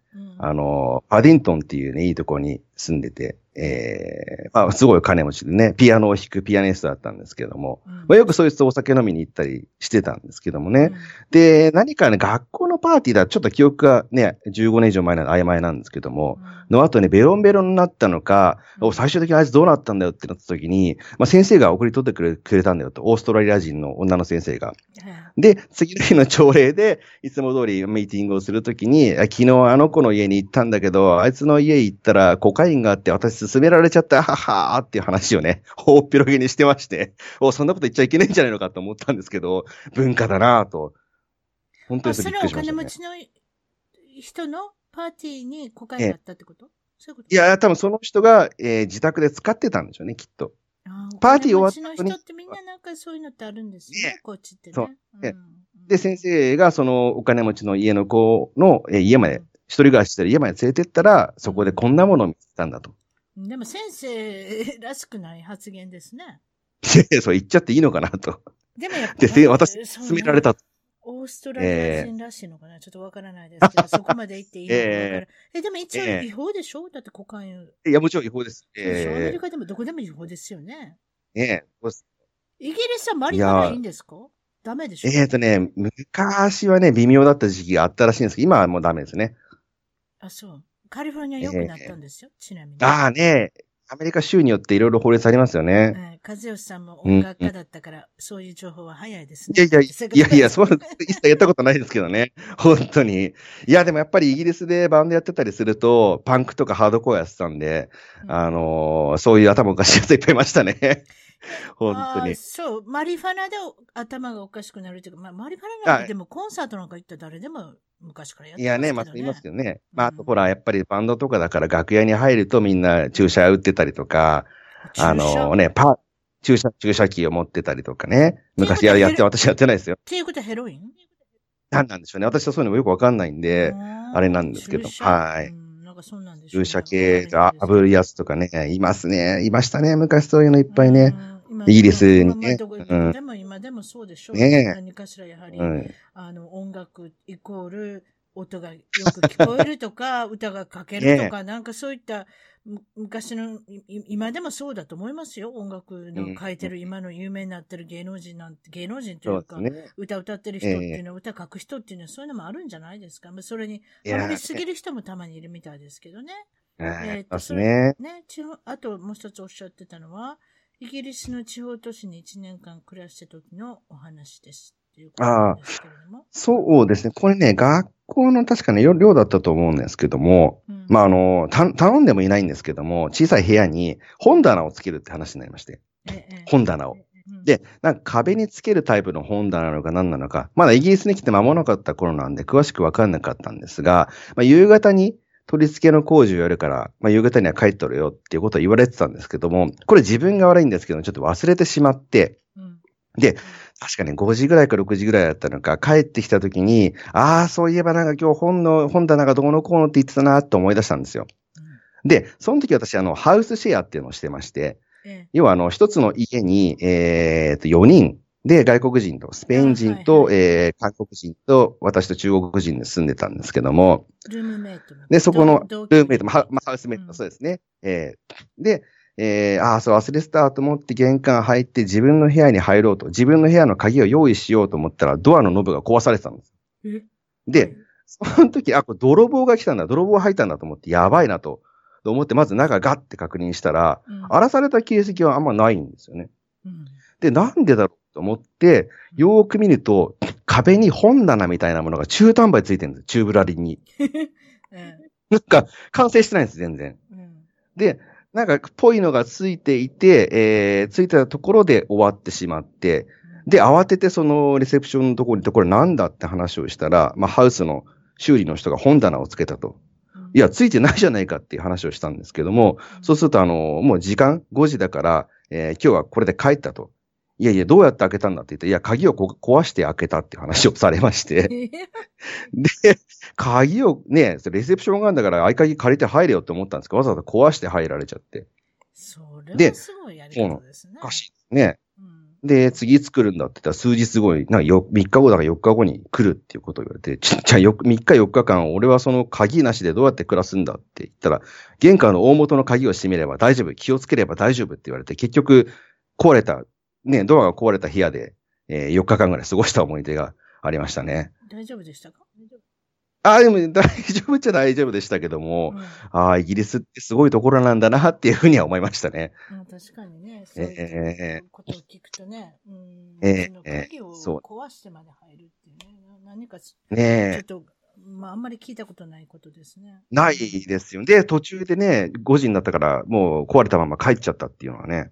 パディントンっていうね、いいところに住んでて、まあ、すごい金持ちでね、ピアノを弾くピアニストだったんですけども、まあ、よくそいつとお酒飲みに行ったりしてたんですけどもね。で、何かね、学校のパーティーだ、ちょっと記憶がね、15年以上前なので曖昧なんですけども、の後ね、ベロンベロンになったのか、最終的にあいつどうなったんだよってなった時に、まあ、先生が送り取ってくれたんだよと、オーストラリア人の女の先生が。で、次の日の朝礼で、いつも通りミーティングをするときに、昨日あの子の家に行ったんだけど、あいつの家行ったらコカインがあって私勧められちゃった、ははーっていう話をね、大っぴろげにしてまして、そんなこと言っちゃいけないんじゃないのかと思ったんですけど、文化だなぁと。本当にそれびっくりしましたね。 それお金持ちの人のパーティーにコカインがあったってこと？そういうこと？ いや、多分その人が、自宅で使ってたんでしょうね、きっと。パーティー終わった後に。お金持ちの人ってみんななんかそういうのってあるんですよね、こっちってね。そう。 で、先生がそのお金持ちの家の子の家まで、一人暮らししてる家まで連れてったら、そこでこんなものを見つけたんだと。 でも先生らしくない発言ですね。 そう言っちゃっていいのかなと。 でもやっぱり、私、勧められた。 オーストラリア人らしいのかな、ちょっとわからないですけど、そこまで行っていいのかわからない。でも一応違法でしょ？だってコカイン。 いや、もちろん違法です。 アメリカでもどこでも違法ですよね。イギリスはマリファナいいんですか？ダメでしょ？ 昔はね、微妙だった時期があったらしいんですけど、今はもうダメですね。 あ、そう。カリフォルニア良くなったんですよ、ちなみに。 アメリカ州によっていろいろ法律ありますよね。 和義さんも音楽家だったから、そういう情報は早いですね。 いや、そう、一切やったことないですけどね。本当に。いや、でもやっぱりイギリスでバンドやってたりすると、パンクとかハードコアやってたんで、そういう頭おかしいやついっぱいいましたね。本当に。 そう、マリファナで頭がおかしくなるというか、マリファナなんかでもコンサートなんか行ったら誰でも昔からやってますけどね。いやね、まあ言いますけどね。あとほら、やっぱりバンドとかだから楽屋に入るとみんな注射打ってたりとか、注射器を持ってたりとかね。昔私やってないですよ。 っていうことはヘロイン？ なんでしょうね。私はそういうのもよくわかんないんで、あれなんですけど。はい。 なんかそうなんでしょうね。 注射系が炙るやつとかね、いますね。いましたね。昔そういうのいっぱいね。イギリスにね。 どこでも今でもそうでしょうね。何かしらやはり、音楽イコール音がよく聞こえるとか、歌が書けるとか、なんかそういった昔の、今でもそうだと思いますよ。音楽の書いてる、今の有名になってる芸能人というか、歌歌ってる人っていうのは、歌書く人っていうのはそういうのもあるんじゃないですか。それに、ハマりすぎる人もたまにいるみたいですけどね。それね、あともう一つおっしゃってたのは、イギリスの地方都市に1年間暮らした時のお話ですっていうことなんですけれども。 そうですね。これね、学校の確かね、寮だったと思うんですけども、頼んでもいないんですけども、小さい部屋に本棚をつけるって話になりまして。本棚を。で、なんか壁につけるタイプの本棚なのか何なのか、まだイギリスに来て間もなかった頃なんで詳しくわかんなかったんですが、夕方に取り付けの工事をやるから、夕方には帰っとるよっていうことを言われてたんですけども、これ自分が悪いんですけど、ちょっと忘れてしまって、で、確かに5時ぐらいか6時ぐらいだったのか、帰ってきた時に、そういえばなんか今日本棚がどうのこうのって言ってたなって思い出したんですよ。で、その時私ハウスシェアっていうのをしてまして、要は一つの家に、4人で外国人とスペイン人と、韓国人と私と中国人で住んでたんですけども、 ルームメイト。 で、そこのルームメイト、ハウスメイト、そうですね。で、そう忘れてたと思って玄関入って自分の部屋に入ろうと、自分の部屋の鍵を用意しようと思ったらドアのノブが壊されてたんです。で、その時、これ泥棒が来たんだ、泥棒が入ったんだと思ってやばいなと思ってまず中ガッて確認したら、荒らされた形跡はあんまないんですよね。で、なんでだろうと思って、よーく見ると壁に本棚みたいなものが中途半端についてるんです。チューブラリに。なんか完成してないんです、全然。で、なんか、ぽいのがついていて、ついてたところで終わってしまって、で、慌ててそのレセプションのところに行ってこれなんだって話をしたら、ハウスの修理の人が本棚をつけたと。いや、ついてないじゃないかっていう話をしたんですけども、そうするともう時間5時だから、今日はこれで帰ったと。いやいや、どうやって開けたんだって言って、いや、鍵を壊して開けたっていう話をされまして。で、鍵をね、レセプションがあるんだから合鍵借りて入れよって思ったんですけど、わざわざ壊して入られちゃって。 それはすごいやり方ですね。 おかしいですね。 で、次作るんだって言ったら数日後に、3日後だから4日後に来るっていうことを言われて、じゃあ3日4日間、俺はその鍵なしでどうやって暮らすんだって言ったら、玄関の大元の鍵を閉めれば大丈夫、気をつければ大丈夫って言われて、結局、ドアが壊れた部屋で、4日間ぐらい過ごした思い出がありましたね。 大丈夫でしたか？ でも大丈夫っちゃ大丈夫でしたけども、イギリスってすごいところなんだなっていうふうには思いましたね。 確かにね、そういうことを聞くとね、その鍵を壊してまで入るっていうね、何かちょっと、あんまり聞いたことないことですね。 ないですよ。で、途中でね、5時になったからもう壊れたまま帰っちゃったっていうのはね。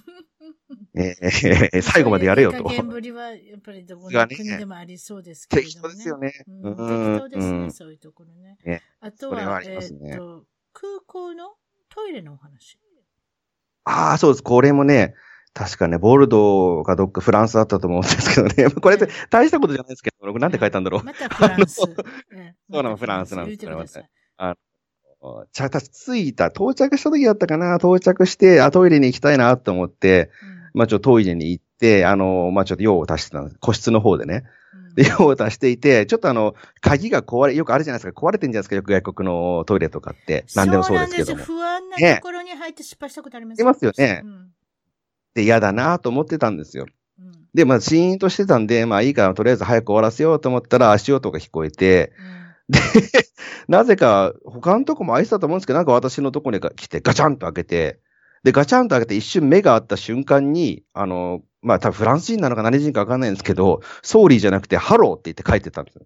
最後までやれよと。 加減ぶりはやっぱりどこの国でもありそうですけれどもね。 適当ですよね。 適当ですね、そういうところね。あとは、空港のトイレのお話。 そうです。これもね、確かね、ボルドーかどっかフランスだったと思うんですけどね。これって大したことじゃないですけど、僕なんて書いたんだろう。 またフランス。そうなの、フランスなんですよ。到着した時だったかな、到着して、トイレに行きたいなと思って、ちょっとトイレに行って、ちょっと用を足してたんです。個室の方でね。で、用を足していて、ちょっと鍵がよくあるじゃないですか。壊れてんじゃないですか。よく外国のトイレとかって。何でもそうですけども。 不安なところに入って失敗したことありますね。いますよね。で、嫌だなと思ってたんですよ。で、シーンとしてたんで、いいから、とりあえず早く終わらせようと思ったら、足音が聞こえて、で、なぜか、他のとこも開いてたと思うんですけど、なんか私のとこに来て、ガチャンと開けて、で、ガチャンと開けて一瞬目が合った瞬間に、多分フランス人なのか何人かわかんないんですけど、ソーリーじゃなくて、ハローって言って帰ってたんですよ。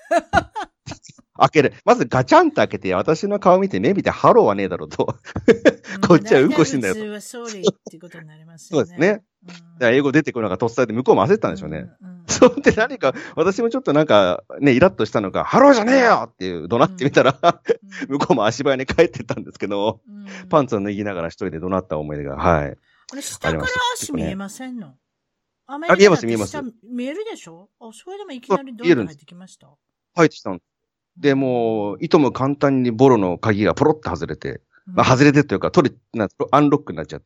まずガチャンと開けて、私の顔見て、目見て、ハローはねえだろうと。こっちはうんこしてんだよと。 普通はソーリーってことになりますよね。 そうですね。英語出てくるのがとっさで、向こうも焦ったんでしょうね。そうで何か、私もちょっとなんか、ね、イラッとしたのか、ハローじゃねえよっていう怒鳴ってみたら、向こうも足早に帰ってったんですけど、パンツを脱ぎながら一人で怒鳴った思い出が、はい。 下から足見えませんの？ 見えます、見えます。 見えるでしょ？それでもいきなりドアが入ってきました。 入ってきたの。で、もう、いとも簡単にボロの鍵がポロッと外れて、外れてというか、アンロックになっちゃって。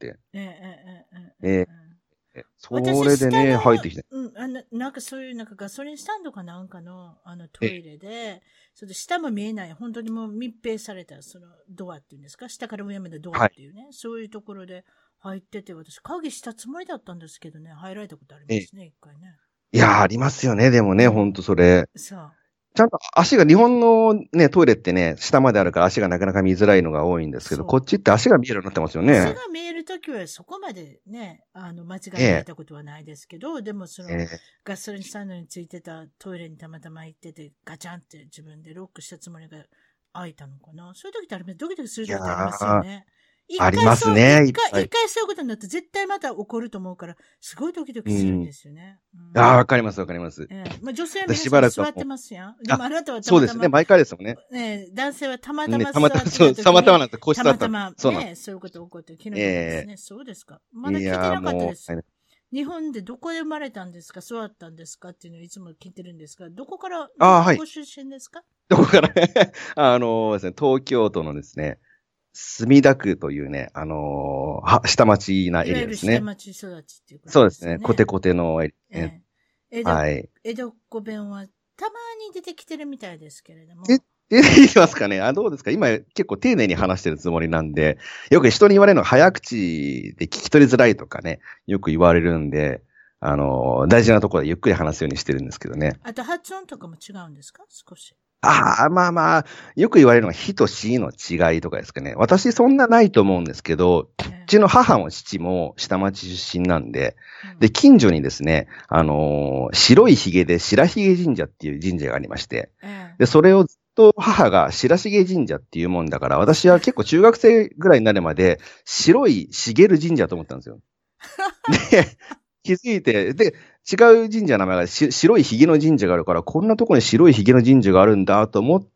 それでね、入ってきて。 なんかそういうなんかガソリンスタンドかなんかのトイレで、それで下も見えない、本当にもう密閉されたそのドアっていうんですか、下から上までドアっていうね、そういうところで入ってて、私鍵したつもりだったんですけどね、入られたことありますね、一回ね。 いや、ありますよね、でもね、ほんとそれ。 そう。 ちゃんと日本のね、トイレってね、下まであるから足がなかなか見づらいのが多いんですけど、こっちって足が見えるようになってますよね。 足が見えるときはそこまでね、間違えられたことはないですけど、でもガソリンスタンドについてたトイレにたまたま行ってて、ガチャンって自分でロックしたつもりが開いたのかな。そういう時ってあれ、ドキドキする時ってありますよね。 ありますね。 一回そういうことになって絶対また起こると思うから、すごいドキドキするんですよね。 わかります、わかります。 女性は皆さん座ってますやん。でもあなたはたまたま。 そうですね、毎回ですもんね。 男性はたまたま座ってたまたまなんて、個室だった。 たまたまね、そういうこと起こって、昨日ですね。そうですか。まだ聞いてなかったです。日本でどこで生まれたんですか、育ったんですかっていうのをいつも聞いてるんですが、どこからご出身ですか？ どこから東京都のですね、墨田区というね、下町なエリアですね。 下町育ちっていうことですね。 そうですね。コテコテのエリア。 はい。江戸っ子弁はたまに出てきてるみたいですけれども。 出てきますかね？どうですか？今結構丁寧に話してるつもりなんで、よく人に言われるのが早口で聞き取りづらいとかね、よく言われるんで、大事なところでゆっくり話すようにしてるんですけどね。 あと発音とかも違うんですか？少し。 よく言われるのは、ひとしの違いとかですかね。私そんなないと思うんですけど、うちの母も父も下町出身なんで、で、近所にですね、白い髭で白髭神社っていう神社がありまして、で、それをずっと母が白髭神社っていうもんだから、私は結構中学生ぐらいになるまで、白い茂る神社と思ったんですよ。で、気づいて、で、違う神社の名前が白い髭の神社があるから、こんなとこに白い髭の神社があるんだと思って、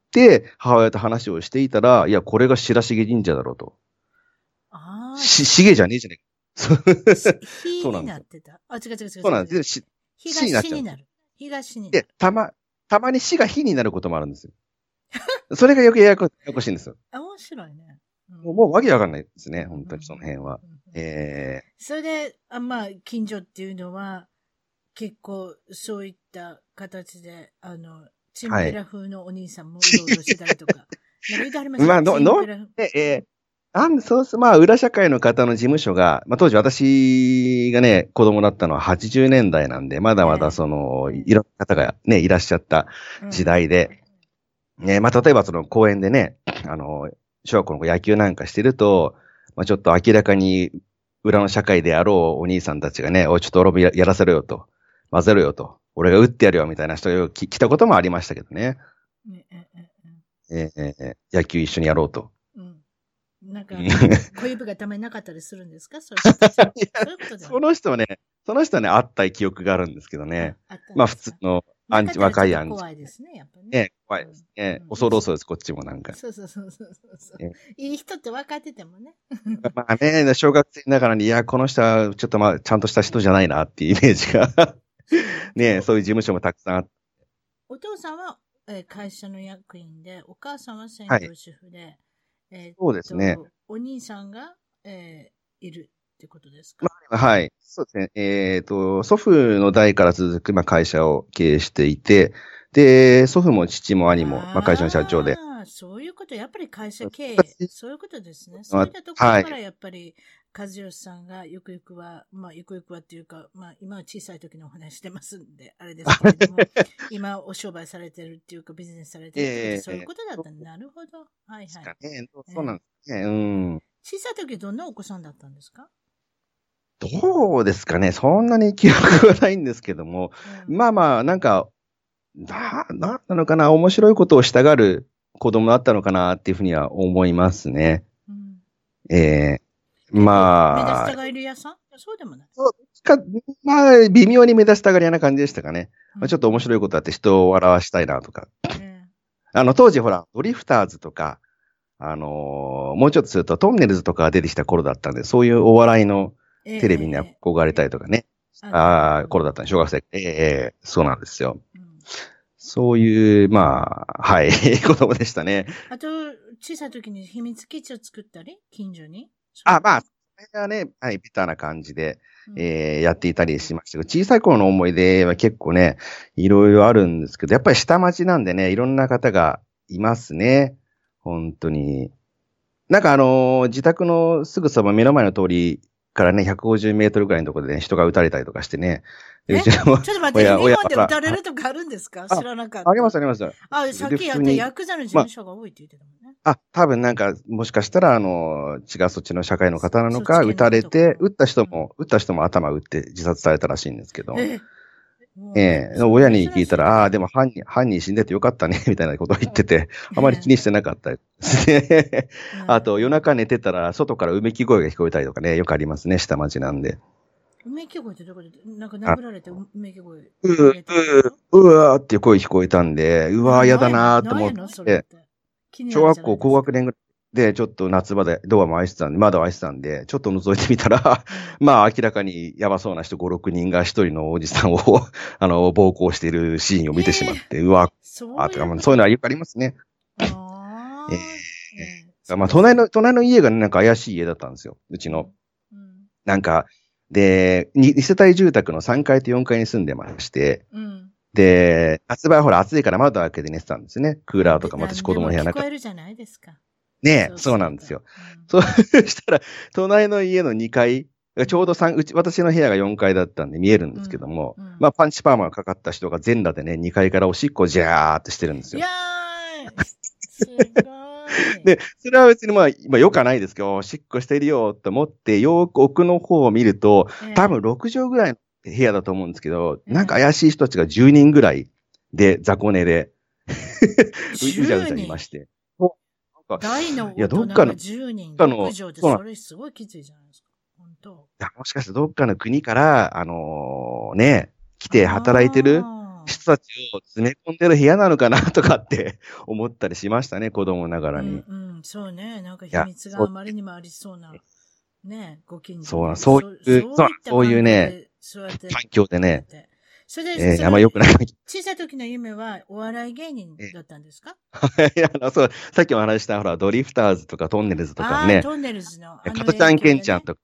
母親と話をしていたら、いや、これが白髭神社だろうと。髭じゃねえじゃねえか。 そうなんです。違う。 そうなんです。 東になる。東になる。 で、たまに死が火になることもあるんですよ。それが余計ややこしいんですよ。 面白いね。 もうわけわかんないですね、本当にその辺は。 それで、まあ、近所っていうのは、結構、そういった形で、チンピラ風のお兄さんもうろうろしてたりとか。なんか言うてありましたまあ、 チンピラ風。 そうす、まあ、裏社会の方の事務所が、まあ、当時私がね、子供だったのは80年代なんで、まだまだいろんな方がね、いらっしゃった時代で、ね、まあ、例えばその公園でね、小学校の野球なんかしてると、まあ、ちょっと明らかに裏の社会であろうお兄さんたちがね、おい、ちょっと俺もやらせろよと、混ぜろよと、俺が打ってやるよみたいな人が来たこともありましたけどね。野球一緒にやろうと。 なんか、小指がたまになかったりするんですかそういうことで。 その人はね、会った記憶があるんですけどね。まあ普通の若いアンチ。 怖いですね、やっぱりね。怖いですね。恐ろそうです、こっちもなんか。 そう。いい人って分かっててもね。 まあね、小学生ながらに、いや、この人はちょっとまあ、ちゃんとした人じゃないなっていうイメージが。ね、そういう事務所もたくさんあって。 お父さんは会社の役員で、お母さんは専業主婦で、 そうですね。 お兄さんが、いるってことですか？ はい。そうですね。祖父の代から続く、まあ、会社を経営していて、で、祖父も父も兄も、まあ、会社の社長で。 そういうこと、やっぱり会社経営、そういうことですね。そういったところからやっぱり、和義さんがゆくゆくはっていうか、まあ今は小さい時のお話してますんで、あれですけれども、今お商売されてるっていうか、ビジネスされてるっていうそういうことだった。なるほど。はいはい。 そうなんですね。 小さい時どんなお子さんだったんですか？ どうですかね。そんなに記憶はないんですけども、まあまあ、なんか、なんなのかな、面白いことをしたがる子供だったのかなっていうふうには思いますね。まあ。 目立ちたがり屋さん？そうでもない。 まあ、微妙に目立ちたがり屋な感じでしたかね。まあ、ちょっと面白いことあって人を笑わしたいなとか。当時ほら、ドリフターズとか、もうちょっとするとトンネルズとかが出てきた頃だったんで、そういうお笑いのテレビに憧れたりとかね。頃だったんで、小学生。そうなんですよ。そういう、まあ、はい、子供でしたね。 あと、小さい時に秘密基地を作ったり、近所に。 まあ、それはね、はい、ビターな感じで、やっていたりしましたけど、小さい頃の思い出は結構ね、いろいろあるんですけど、やっぱり下町なんでね、いろんな方がいますね。本当に。なんか自宅のすぐそば目の前の通りからね、150メートルぐらいのところでね、人が撃たれたりとかしてね。 ちょっと待って、日本で撃たれるとかあるんですか？知らなかった。 あります。 さっきやったヤクザの事務所が多いって言ってたもんね。 多分なんか、もしかしたら、違うそっちの社会の方なのか、撃たれて、撃った人も頭撃って自殺されたらしいんですけど。親に聞いたら、でも犯人死んでてよかったね、みたいなことを言ってて、あまり気にしてなかったですね。あと、夜中寝てたら、外からうめき声が聞こえたりとかね、よくありますね、下町なんで。 うめき声ってどこで、なんか殴られてうめき声。 うわーっていう声聞こえたんで、うわー嫌だなーと思って、小学校高学年ぐらいで、ちょっと夏場でドアも開いてたんで、窓開いてたんで、ちょっと覗いてみたら、まあ明らかにやばそうな人5、6人が一人のおじさんを、暴行しているシーンを見てしまって、うわ、そういうのはよくありますね。まあ隣の家がね、なんか怪しい家だったんですよ、うちの。なんか、で、2世帯住宅の3階と4階に住んでまして、で、夏場はほら暑いから窓開けて寝てたんですね。クーラーとかも私子供の部屋なんか。 聞こえるじゃないですか。 ねえ、そうなんですよ。そうしたら、隣の家の2階、ちょうど私の部屋が4階だったんで見えるんですけども、まあパンチパーマがかかった人が全裸でね、2階からおしっこジャーってしてるんですよ。 いやー、すごい。 で、それは別にまあ、今良くはないですけど、おしっこしてるよと思って、よーく奥の方を見ると、多分6畳ぐらいの部屋だと思うんですけど、なんか怪しい人たちが10人ぐらいで、雑魚寝で、うじゃうじゃいまして。 大の大人が10人、6畳でそれすごいきついじゃないですか。本当。 もしかしてどっかの国から、来て働いてる人たちを詰め込んでる部屋なのかなとかって思ったりしましたね、子供ながらに。 そうね。なんか秘密があまりにもありそうな、ね、ご近所。そういうね、環境でね。 それで、 あんま良くない。 小さい時の夢はお笑い芸人だったんですか？ そう、さっきお話したほら、ドリフターズとかトンネルズとかね。 トンネルズの。 加トちゃんケンちゃんとかね。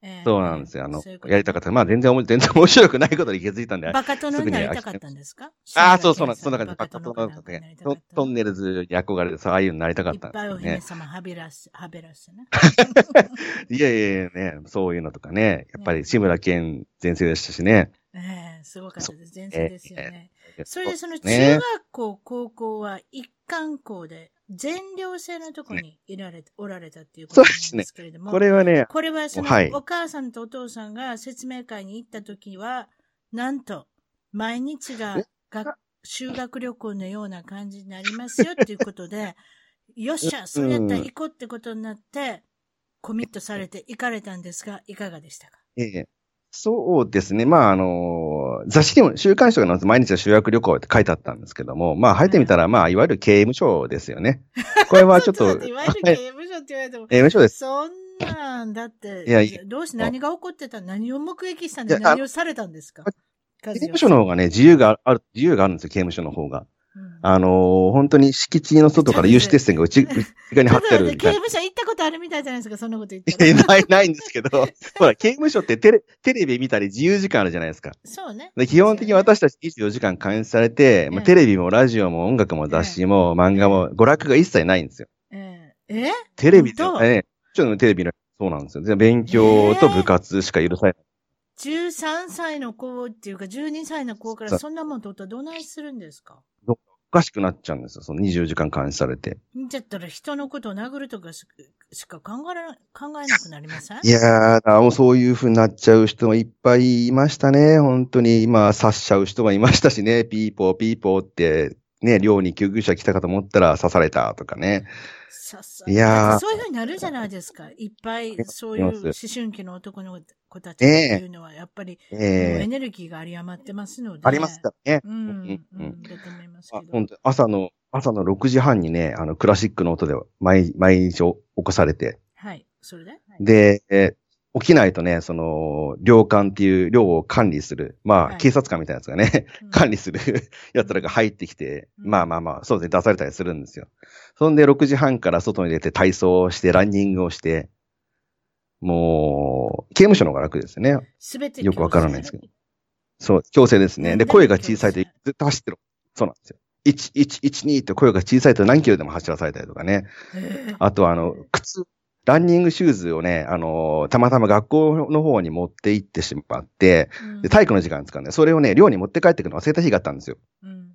そうなんですよ。 そういうことやりたかった。まあ全然面白くないことに気づいたんで。 バカ殿になりたかったんですか？ ああ、そうそうなんです。そんな感じで。 バカ殿かなんかになりたかったのトンネルズに憧れてさ、ああいうのになりたかいっったんでぱいおすよね。 姫様はべらしてね。 いやいやいやね、そういうのとかね。やっぱり志村けん全盛でしたしね。 すごかったです。全盛ですよね。それでその中ね学校、高校は一貫校で全寮制のところにおられたっていうことなんですけれども、 これはね、 これはそのはいお母さんとお父さんが説明会に行った時は、なんと毎日が修学旅行のような感じになりますよっていうことで、よっしゃ、それやったら行こうってことになって、コミットされて行かれたんですが、いかがでしたか？ そうですね。まあ、雑誌にも、週刊誌とかの毎日の修学旅行って書いてあったんですけども、まあ、入ってみたら、まあ、いわゆる刑務所ですよね。これはちょっと、 いわゆる刑務所って言われても、 刑務所です。 そんなんだって、 いやどうして何が起こってた何を目撃したんで何をされたんですか？ 刑務所の方がね、自由があるんですよ、刑務所の方が。本当に敷地の外から有刺鉄線が内側に張ってあるみたいな。 刑務所行ったことあるみたいじゃないですか、そんなこと言ったら。 ないんですけど、ほら、刑務所ってテレビ見たり自由時間あるじゃないですか。 そうね。 で基本的に私たち24時間監視されて、まあ、テレビもラジオも音楽も雑誌も漫画も娯楽が一切ないんですよ。テレビとね、ちょっとテレビの、そうなんですよ。勉強と部活しか許されない。 13歳の子っていうか12歳の子からそんなもんとったらどないするんですか？ おかしくなっちゃうんですよ。その24時間監視されて。 だったら人のことを殴るとかしか考えなくなりません？ いやー、もうそういう風になっちゃう人もいっぱいいましたね。本当に今刺しちゃう人もいましたしね。ピーポーってね、寮に救急車来たかと思ったら刺されたとかね。いやー。 そういう風になるじゃないですか。いっぱいそういう思春期の男の子たちっていうのはやっぱり、エネルギーが有り余ってますので。 ありますからね。 だと思いますけど。 本当朝の6時半にね、クラシックの音で毎日起こされて。 はい。それでで、起きないとね、寮管っていう寮を管理する、まあ、警察官みたいなやつがね、管理する奴らが入ってきて、まあ、そうですね、出されたりするんですよ。そんで6時半から外に出て体操をして、ランニングをして、もう、刑務所の方が楽ですよね。 すべてよくわからないですけど。そう、強制ですね。で、声が小さいとずっと走ってる。そうなんですよ。112って声が小さいと何キロでも走らされたりとかね。あとランニングシューズをね、たまたま学校の方に持って行ってしまって、で、体育の時間ですからね、それをね、寮に持って帰ってくるの忘れた日があったんですよ。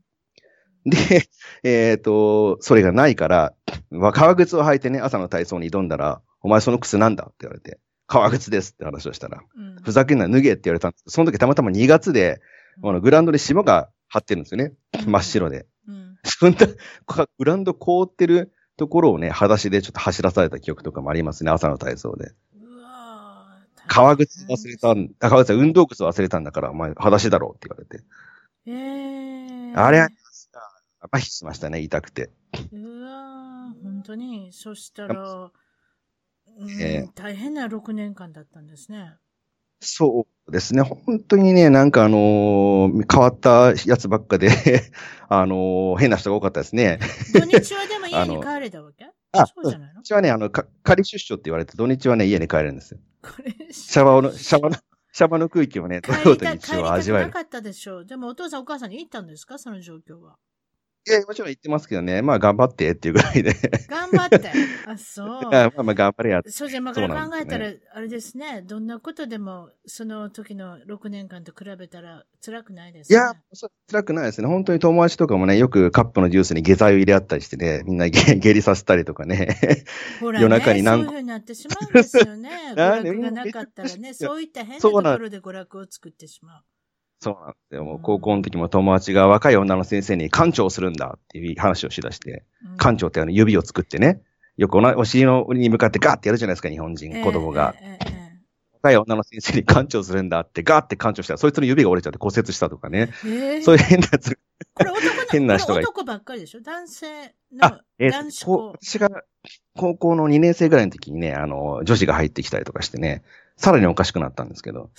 で、それがないから、革靴を履いてね、朝の体操に挑んだら、お前その靴なんだって言われて、革靴ですって話をしたら、ふざけんな脱げって言われたんです。その時たまたま2月で、グラウンドで霜が張ってるんですよね。真っ白で。グラウンド凍ってるところをね、裸足でちょっと走らされた記憶とかもありますね、朝の体操で。革靴忘れた運動靴忘れたんだから、お前裸足だろうって言われて。あれは、麻痺しましたね、痛くて。 本当に。そしたら、大変な6年間だったんですね。 そうですね。本当にね、なんか変わったやつばっかで、変な人が多かったですね。 土日はでも家に帰れたわけ？そうじゃないの？ 土日はね、仮出所って言われて、土日はね、家に帰れるんですよ。シャバの空気をね、土曜と日曜は味わえる。 帰りたくなかったでしょう。でもお父さんお母さんに言ったんですか？その状況は。 いや、もちろん言ってますけどね。まあ、頑張ってっていうぐらいで。 頑張って。そう。 まあ、頑張れや。 そうじゃ、今から考えたら、あれですね。どんなことでも、その時の6年間と比べたら辛くないですね。 いや、辛くないですね。本当に友達とかもね、よくカップのジュースに下剤を入れ合ったりしてね、みんな下痢させたりとかね。 ほらね、夜中にそういう風になってしまうんですよね。娯楽がなかったらね、そういった変なところで娯楽を作ってしまう。 そうなんですよ。もう高校の時も友達が若い女の先生に館長するんだっていう話をしだして、館長って指を作ってね、よくお尻に向かってガーってやるじゃないですか、日本人、子供が。若い女の先生に館長するんだってガーって館長したら、そいつの指が折れちゃって骨折したとかね。そういう変なやつ。 これ変な人が。男ばっかりでしょ？男性の男子校。 私が高校の2年生ぐらいの時にね、女子が入ってきたりとかしてね、さらにおかしくなったんですけど。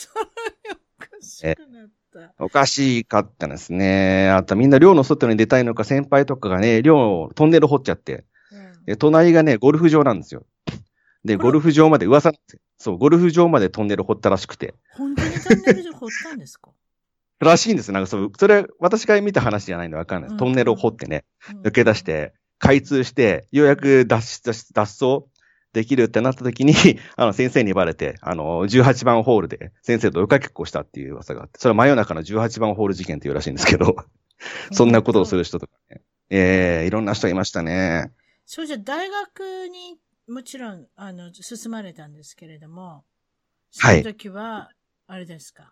おかしかったですね。あとみんな寮の外に出たいのか、先輩とかがね、トンネル掘っちゃって。隣がね、ゴルフ場なんですよ。で、ゴルフ場まで噂なんですよ。 そう、ゴルフ場までトンネル掘ったらしくて。 本当にトンネル掘ったんですからしいんですよ。なんかそれ、私が見た話じゃないんでわかんないです。トンネルを掘ってね、抜け出して、開通して、ようやく脱走できるってなった時に、先生にバレて、18番ホールで先生と追いかけっこしたっていう噂があって、それは真夜中の18番ホール事件っていうらしいんですけど、そんなことをする人とかね。いろんな人いましたね。 そうじゃ、大学にもちろん、進まれたんですけれども、その時は、あれですか、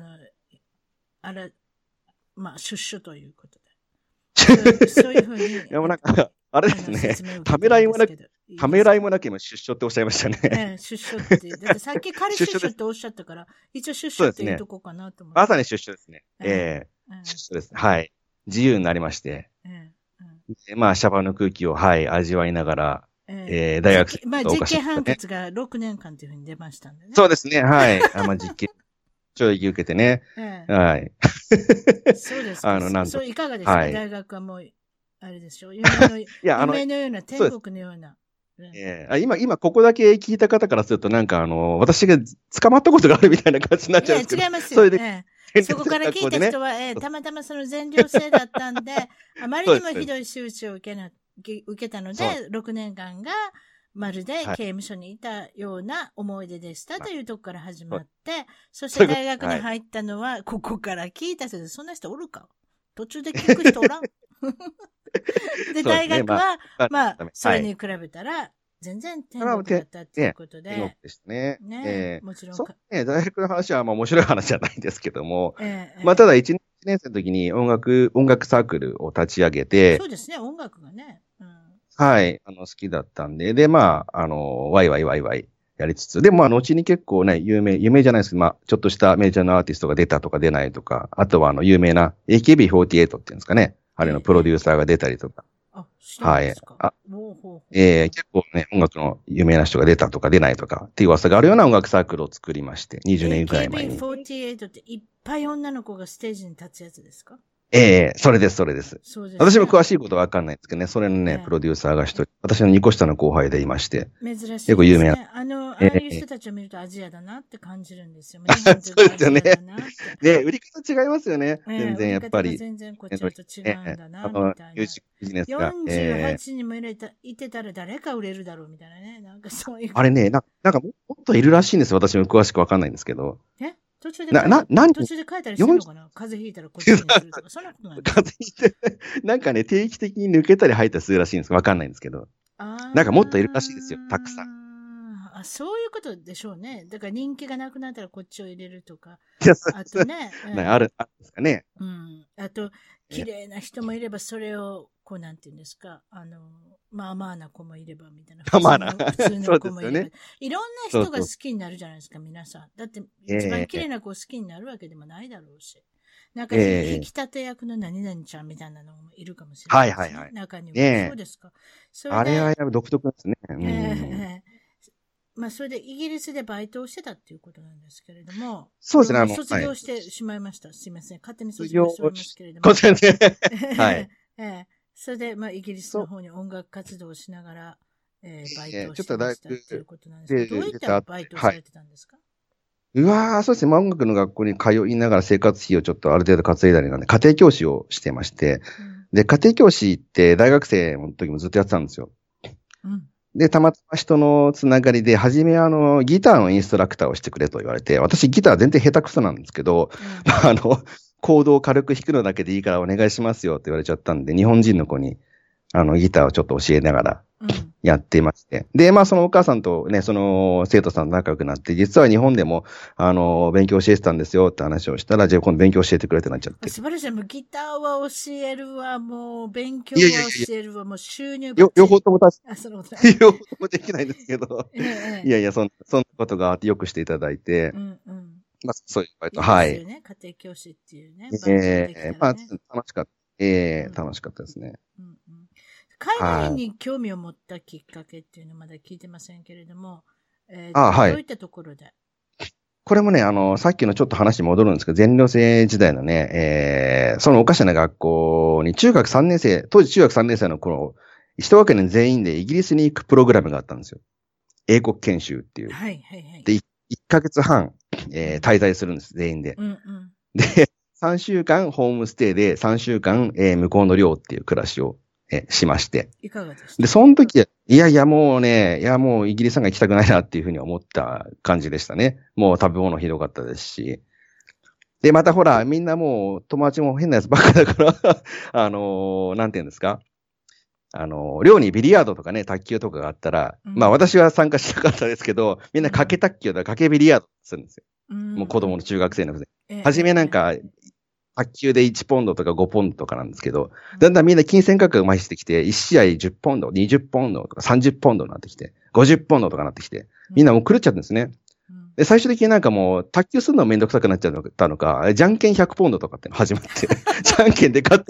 出所ということで。そういうふうに。 いや、もうなんか、あれですね。ためらいもなく今出所っておっしゃいましたね。 出所って。だってさっき仮出所っておっしゃったから、一応出所っていうとこかなと思って。 まさに出所ですね。出所です。はい。自由になりまして。まあ、シャバの空気を、はい、味わいながら、大学生とまあ、実刑判決が6年間というふうに出ましたんでね。 そうですね、はい。実刑、懲役受けてね。はい。 そうですか。そう、いかがですか、大学はもう、あれでしょう。夢のような、天国のような。 今、ここだけ聞いた方からすると、なんか私が捕まったことがあるみたいな感じになっちゃうんですけど。 違いますよ。それで、そこから聞いた人は、たまたまその全寮制だったんで、あまりにもひどい仕打ちを受けたので、6年間が、まるで刑務所にいたような思い出でしたというとこから始まって、そして大学に入ったのは、ここから聞いた人で、そんな人おるか途中で聞く人おらんで、大学は、まあ、それに比べたら、全然天国だったっていうことで。 天国ですね。 ね、もちろん。 大学の話はまあ面白い話じゃないんですけども、まあただ1年生の時に音楽サークルを立ち上げて、 そうですね、音楽がね。 はい、好きだったんで、で、まあ、ワイワイやりつつ、でもまあ後に結構ね、有名じゃないですけど、まあちょっとしたメジャーなアーティストが出たとか出ないとか、あとは有名な AKB48 っていうんですかね、あれのプロデューサーが出たりとか。 はい。 結構ね、音楽の有名な人が出たとか出ないとかっていう噂があるような音楽サークルを作りまして、20年くらい前に。 AKB48 っていっぱい女の子がステージに立つやつですか？ それです。私も詳しいことはわかんないんですけどね、それのね、プロデューサーが一人、私の2個下の後輩でいまして。 珍しい、ね。 結構有名な。 ああいう人たちを見るとアジアだなって感じるんですよ。 そうですよね。ね、売り方違いますよね。全然やっぱり。 全然こっちと違うんだな、みたいな。 ビジネスが。 48にもいてたら誰か売れるだろうみたいなね。なんかそういう。 あれね、なんかもっといるらしいんですよ。私も詳しくわかんないんですけど。 途中で書いたりするのかな？風邪ひいたらこっちにするとか、そんなことない。 風邪ひいて、なんかね、定期的に抜けたり入ったりするらしいんです。わかんないんですけど。なんかもっといるらしいですよ。たくさん。 そういうことでしょうね。だから人気がなくなったらこっちを入れるとか。あとね。 あるんですかね。 あと、綺麗な人もいれば、それを、なんていうんですか、まあまあな子もいれば、みたいな。 まあな。 普通の子もいれば。ね、いろんな人が好きになるじゃないですか、皆さん。だって、一番綺麗な子を好きになるわけでもないだろうし。なんか、引き立て役の何々ちゃんみたいなのもいるかもしれないですね。中には。そうですか。 あれは独特ですね。 まあ、それでイギリスでバイトをしてたっていうことなんですけれども。 そうですね、 卒業してしまいました。すいません。勝手に卒業しておりますけれども。 はい。 それで、まあ、イギリスの方に音楽活動をしながら、バイトをしてましたっていうことなんですけど、どういったバイトをされてたんですか？ そうですね。音楽の学校に通いながら生活費をちょっとある程度稼いだりなんで、家庭教師をしてまして、で、家庭教師って大学生の時もずっとやってたんですよ。で、たまたま人のつながりで、初めギターのインストラクターをしてくれと言われて、私ギター全然下手くそなんですけど、コードを軽く弾くのだけでいいからお願いしますよって言われちゃったんで、日本人の子に、ギターをちょっと教えながらやっていまして。で、まあ、そのお母さんとね、その生徒さんと仲良くなって、実は日本でも、勉強教えてたんですよって話をしたら、じゃあ今度勉強教えてくれってなっちゃって。 素晴らしい。もうギターは教えるわ、もう勉強は教えるわ、もう収入両方とも確かに。そう両方ともできないんですけど。いやいや、そんなことがあってよくしていただいて。まあ、そういうバイト、はい。 家庭教師っていうね。 まあ、楽しかった。楽しかったですね。 海外に興味を持ったきっかけっていうのはまだ聞いてませんけれども、 はい。 どういったところで？ これもね、さっきのちょっと話に戻るんですけど、全寮制時代のね、そのおかしな学校に当時中学3年生の頃、一学年全員でイギリスに行くプログラムがあったんですよ。 英国研修っていう。 はいはいはい。 で、1ヶ月半、滞在するんです、全員で。 うんうん。 で、3週間ホームステイで3週間、向こうの寮っていう暮らしを、しまして。 いかがでした？ で、その時、もうイギリスさんが行きたくないなっていうふうに思った感じでしたね。もう食べ物ひどかったですし。で、またほら、みんなもう友達も変なやつばっかだからなんていうんですか。寮にビリヤードとかね、卓球とかがあったら、まあ私は参加しなかったですけど、みんな掛け卓球だ、掛けビリヤードするんですよ。もう子供の中学生の時で。はじめなんか、卓球で1ポンドとか5ポンドとかなんですけど、だんだんみんな金銭価格が増してきて、1試合10ポンド、20ポンドとか30ポンドになってきて、50ポンドとかなってきて、みんなもう狂っちゃってるんですね。で、最終的になんかもう、卓球するのめんどくさくなっちゃったのか、じゃんけん100ポンドとかって始まって、じゃんけんで勝った。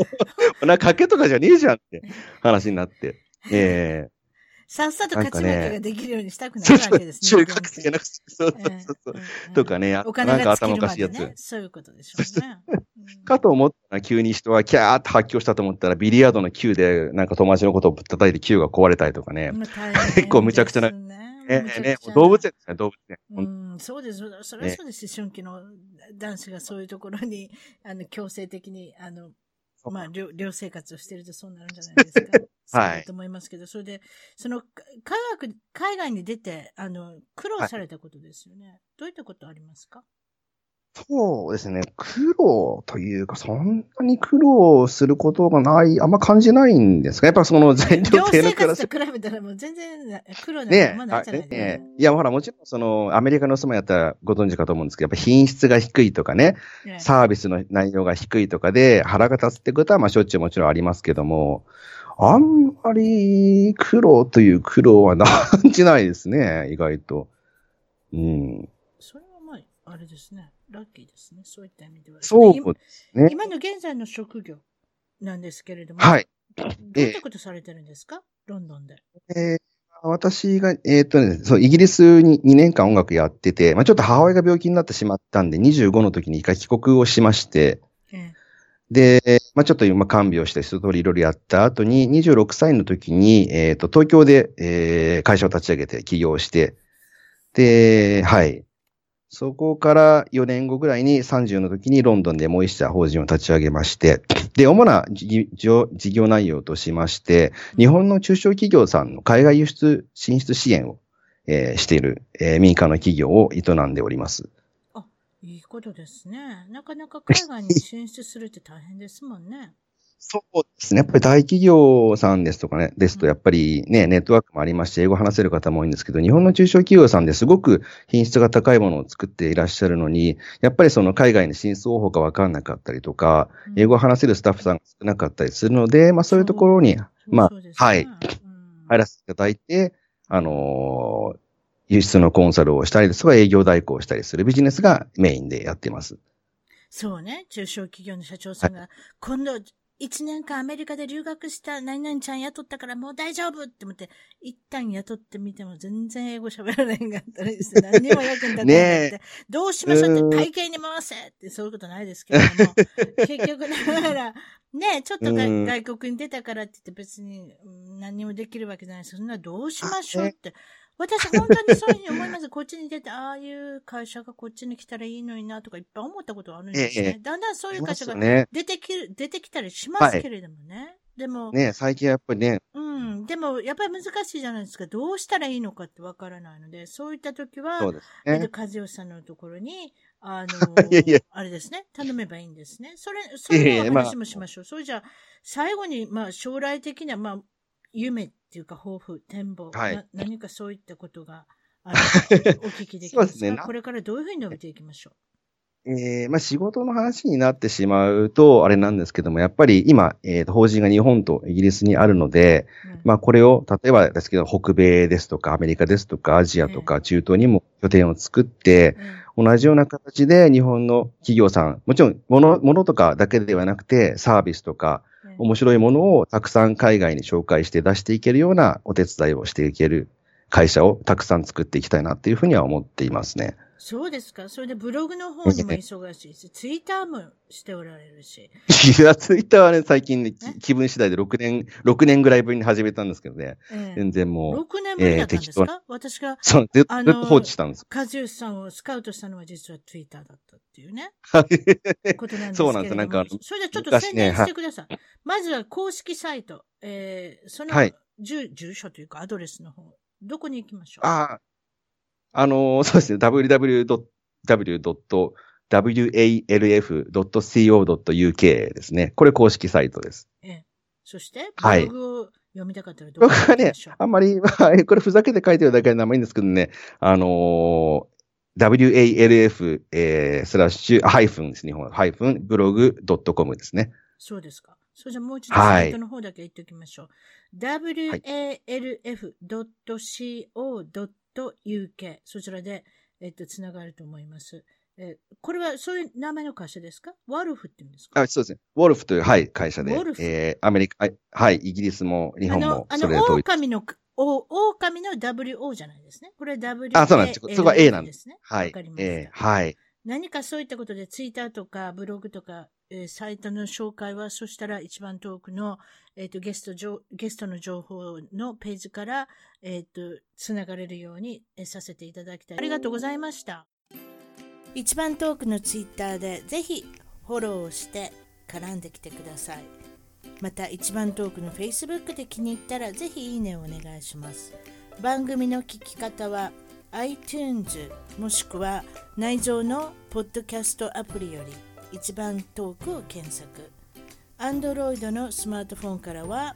掛けとかじゃねえじゃんって話になって。 さっさと勝ち負けができるようにしたくなるわけですね。 中学生じゃなくて、そう。とかね、 お金が尽きるまでね。そういうことでしょうね。 かと思ったら急に人はキャーって発狂したと思ったら、ビリヤードの球でなんか友達のことをぶったたいて球が壊れたりとかね。結構むちゃくちゃな。動物園ですね、動物園。 そうです。それはそうです。思春期の男子がそういうところに、強制的に、まあ、寮生活をしているとそうなるんじゃないですか。そうだと思いますけど、それで、海外に出て、苦労されたことですよね。どういったことありますか？ そうですね。苦労というか、そんなに苦労することがない、あんま感じないんですか？やっぱその全寮制の暮らし。 寮生活と比べたらもう全然苦労なんてあんまないじゃないですか。 いや、ほら、もちろんその、アメリカの住まいやったらご存知かと思うんですけど、やっぱ品質が低いとかね、サービスの内容が低いとかで腹が立つってことは、まあ、しょっちゅうもちろんありますけども、あんまり苦労という苦労は感じないですね、意外と。 それはまあ、あれですね。ラッキーですね。そういった意味では。 そうですね。 今の現在の職業なんですけれども。 はい。 どういったことされてるんですか？ロンドンで。 私が、そう、イギリスに2年間音楽やってて、まあちょっと母親が病気になってしまったんで、25の時に一回帰国をしまして、で、まあちょっと今看病して一通りいろいろやった後に、26歳の時に、東京で、会社を立ち上げて起業して、で、はい。そこから4年後ぐらいに30の時にロンドンでもう一社法人を立ち上げまして、で、主な事業内容としまして、日本の中小企業さんの海外輸出進出支援を、している、民間の企業を営んでおります。 あ、いいことですね。なかなか海外に進出するって大変ですもんね。 そうですね。やっぱり大企業さんですとかね、ですとやっぱりね、ネットワークもありまして、英語話せる方も多いんですけど、日本の中小企業さんですごく品質が高いものを作っていらっしゃるのに、やっぱりその海外の進出方法がわかんなかったりとか、英語を話せるスタッフさんが少なかったりするので、まあそういうところに、まあ、はい、入らせていただいて、輸出のコンサルをしたりですとか、営業代行をしたりするビジネスがメインでやっています。 そうね、中小企業の社長さんが、今度、1年間アメリカで留学した何々ちゃん雇ったからもう大丈夫って思って、一旦雇ってみても全然英語喋らないんだったりして、何にも役に立たないって、どうしましょうって会計に回せってそういうことないですけれども、結局だから、ね、ちょっと外国に出たからって言って別に何にもできるわけじゃないです。そんなどうしましょうって。私本当にそういうふうに思います。こっちに出て、ああいう会社がこっちに来たらいいのになとかいっぱい思ったことがあるんですね。だんだんそういう会社が出てきたりしますけれどもね。でも。 ね、最近やっぱりね。 でもやっぱり難しいじゃないですか。どうしたらいいのかってわからないので、そういった時は、和義さんのところに、あれですね、頼めばいいんですね。それの話もしましょう。それじゃあ、最後に、まあ将来的な、まあ、夢っていうか抱負、展望、何かそういったことがあるお聞きできますか？そうですね。これからどういうふうに伸びていきましょう？ まあ仕事の話になってしまうと、あれなんですけども、やっぱり今、法人が日本とイギリスにあるので、まあこれを、例えばですけど、北米ですとか、アメリカですとか、アジアとか、中東にも拠点を作って、同じような形で日本の企業さん、もちろん物とかだけではなくて、サービスとか、面白いものをたくさん海外に紹介して出していけるようなお手伝いをしていける会社をたくさん作っていきたいなっていうふうには思っていますね。 そうですか。それでブログの方にも忙しいし、ツイッターもしておられるし。 いや、ツイッターはね、最近ね、気分次第で6年ぐらいぶりに始めたんですけどね。全然もう。 6年ぶりだったんですか？私が、 そう、ずっと放置したんです。 和義さんをスカウトしたのは実はツイッターだったっていうね。ことなんですけれども。 そうなんです。なんかそれでちょっと宣伝してください。まずは公式サイト、その、住所というかアドレスの方、どこに行きましょう？ そうですね。www.walf.co.uk ですね。これ公式サイトです。 そして、ブログを読みたかったらどこに行きましょう？ 僕はね、あんまり、これふざけて書いてるだけで名前いいんですけどね、walf、ハイフンです、日本、ハイフン、ブログ .com ですね。 そうですか。それじゃもう一度サイトの方だけ言っておきましょう。walf.co.uk そちらで、つながると思います。これはそういう名前の会社ですか？ワルフって言うんですか？ そうですね。ウォルフという、会社で、アメリカ、イギリスも日本もそれで統一。 狼の WO じゃないですね。これ WA。 そうなんです。そこは A なんですね。 はい。 わかりました。 はい。 何かそういったことでツイッターとかブログとか、サイトの紹介は、そしたら一番遠くの、ゲストの情報のページから、つながれるように、させていただきたい。ありがとうございました。一番遠くのツイッターでぜひフォローして絡んできてください。また一番遠くの Facebook で気に入ったらぜひいいねをお願いします。番組の聞き方はiTunes もしくは内蔵のポッドキャストアプリより一番トークを検索。Android のスマートフォンからは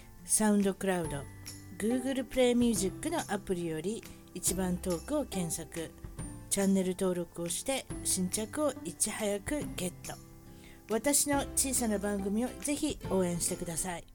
SoundCloud、Google Play Music のアプリより一番トークを検索。チャンネル登録をして新着をいち早くゲット。私の小さな番組をぜひ応援してください。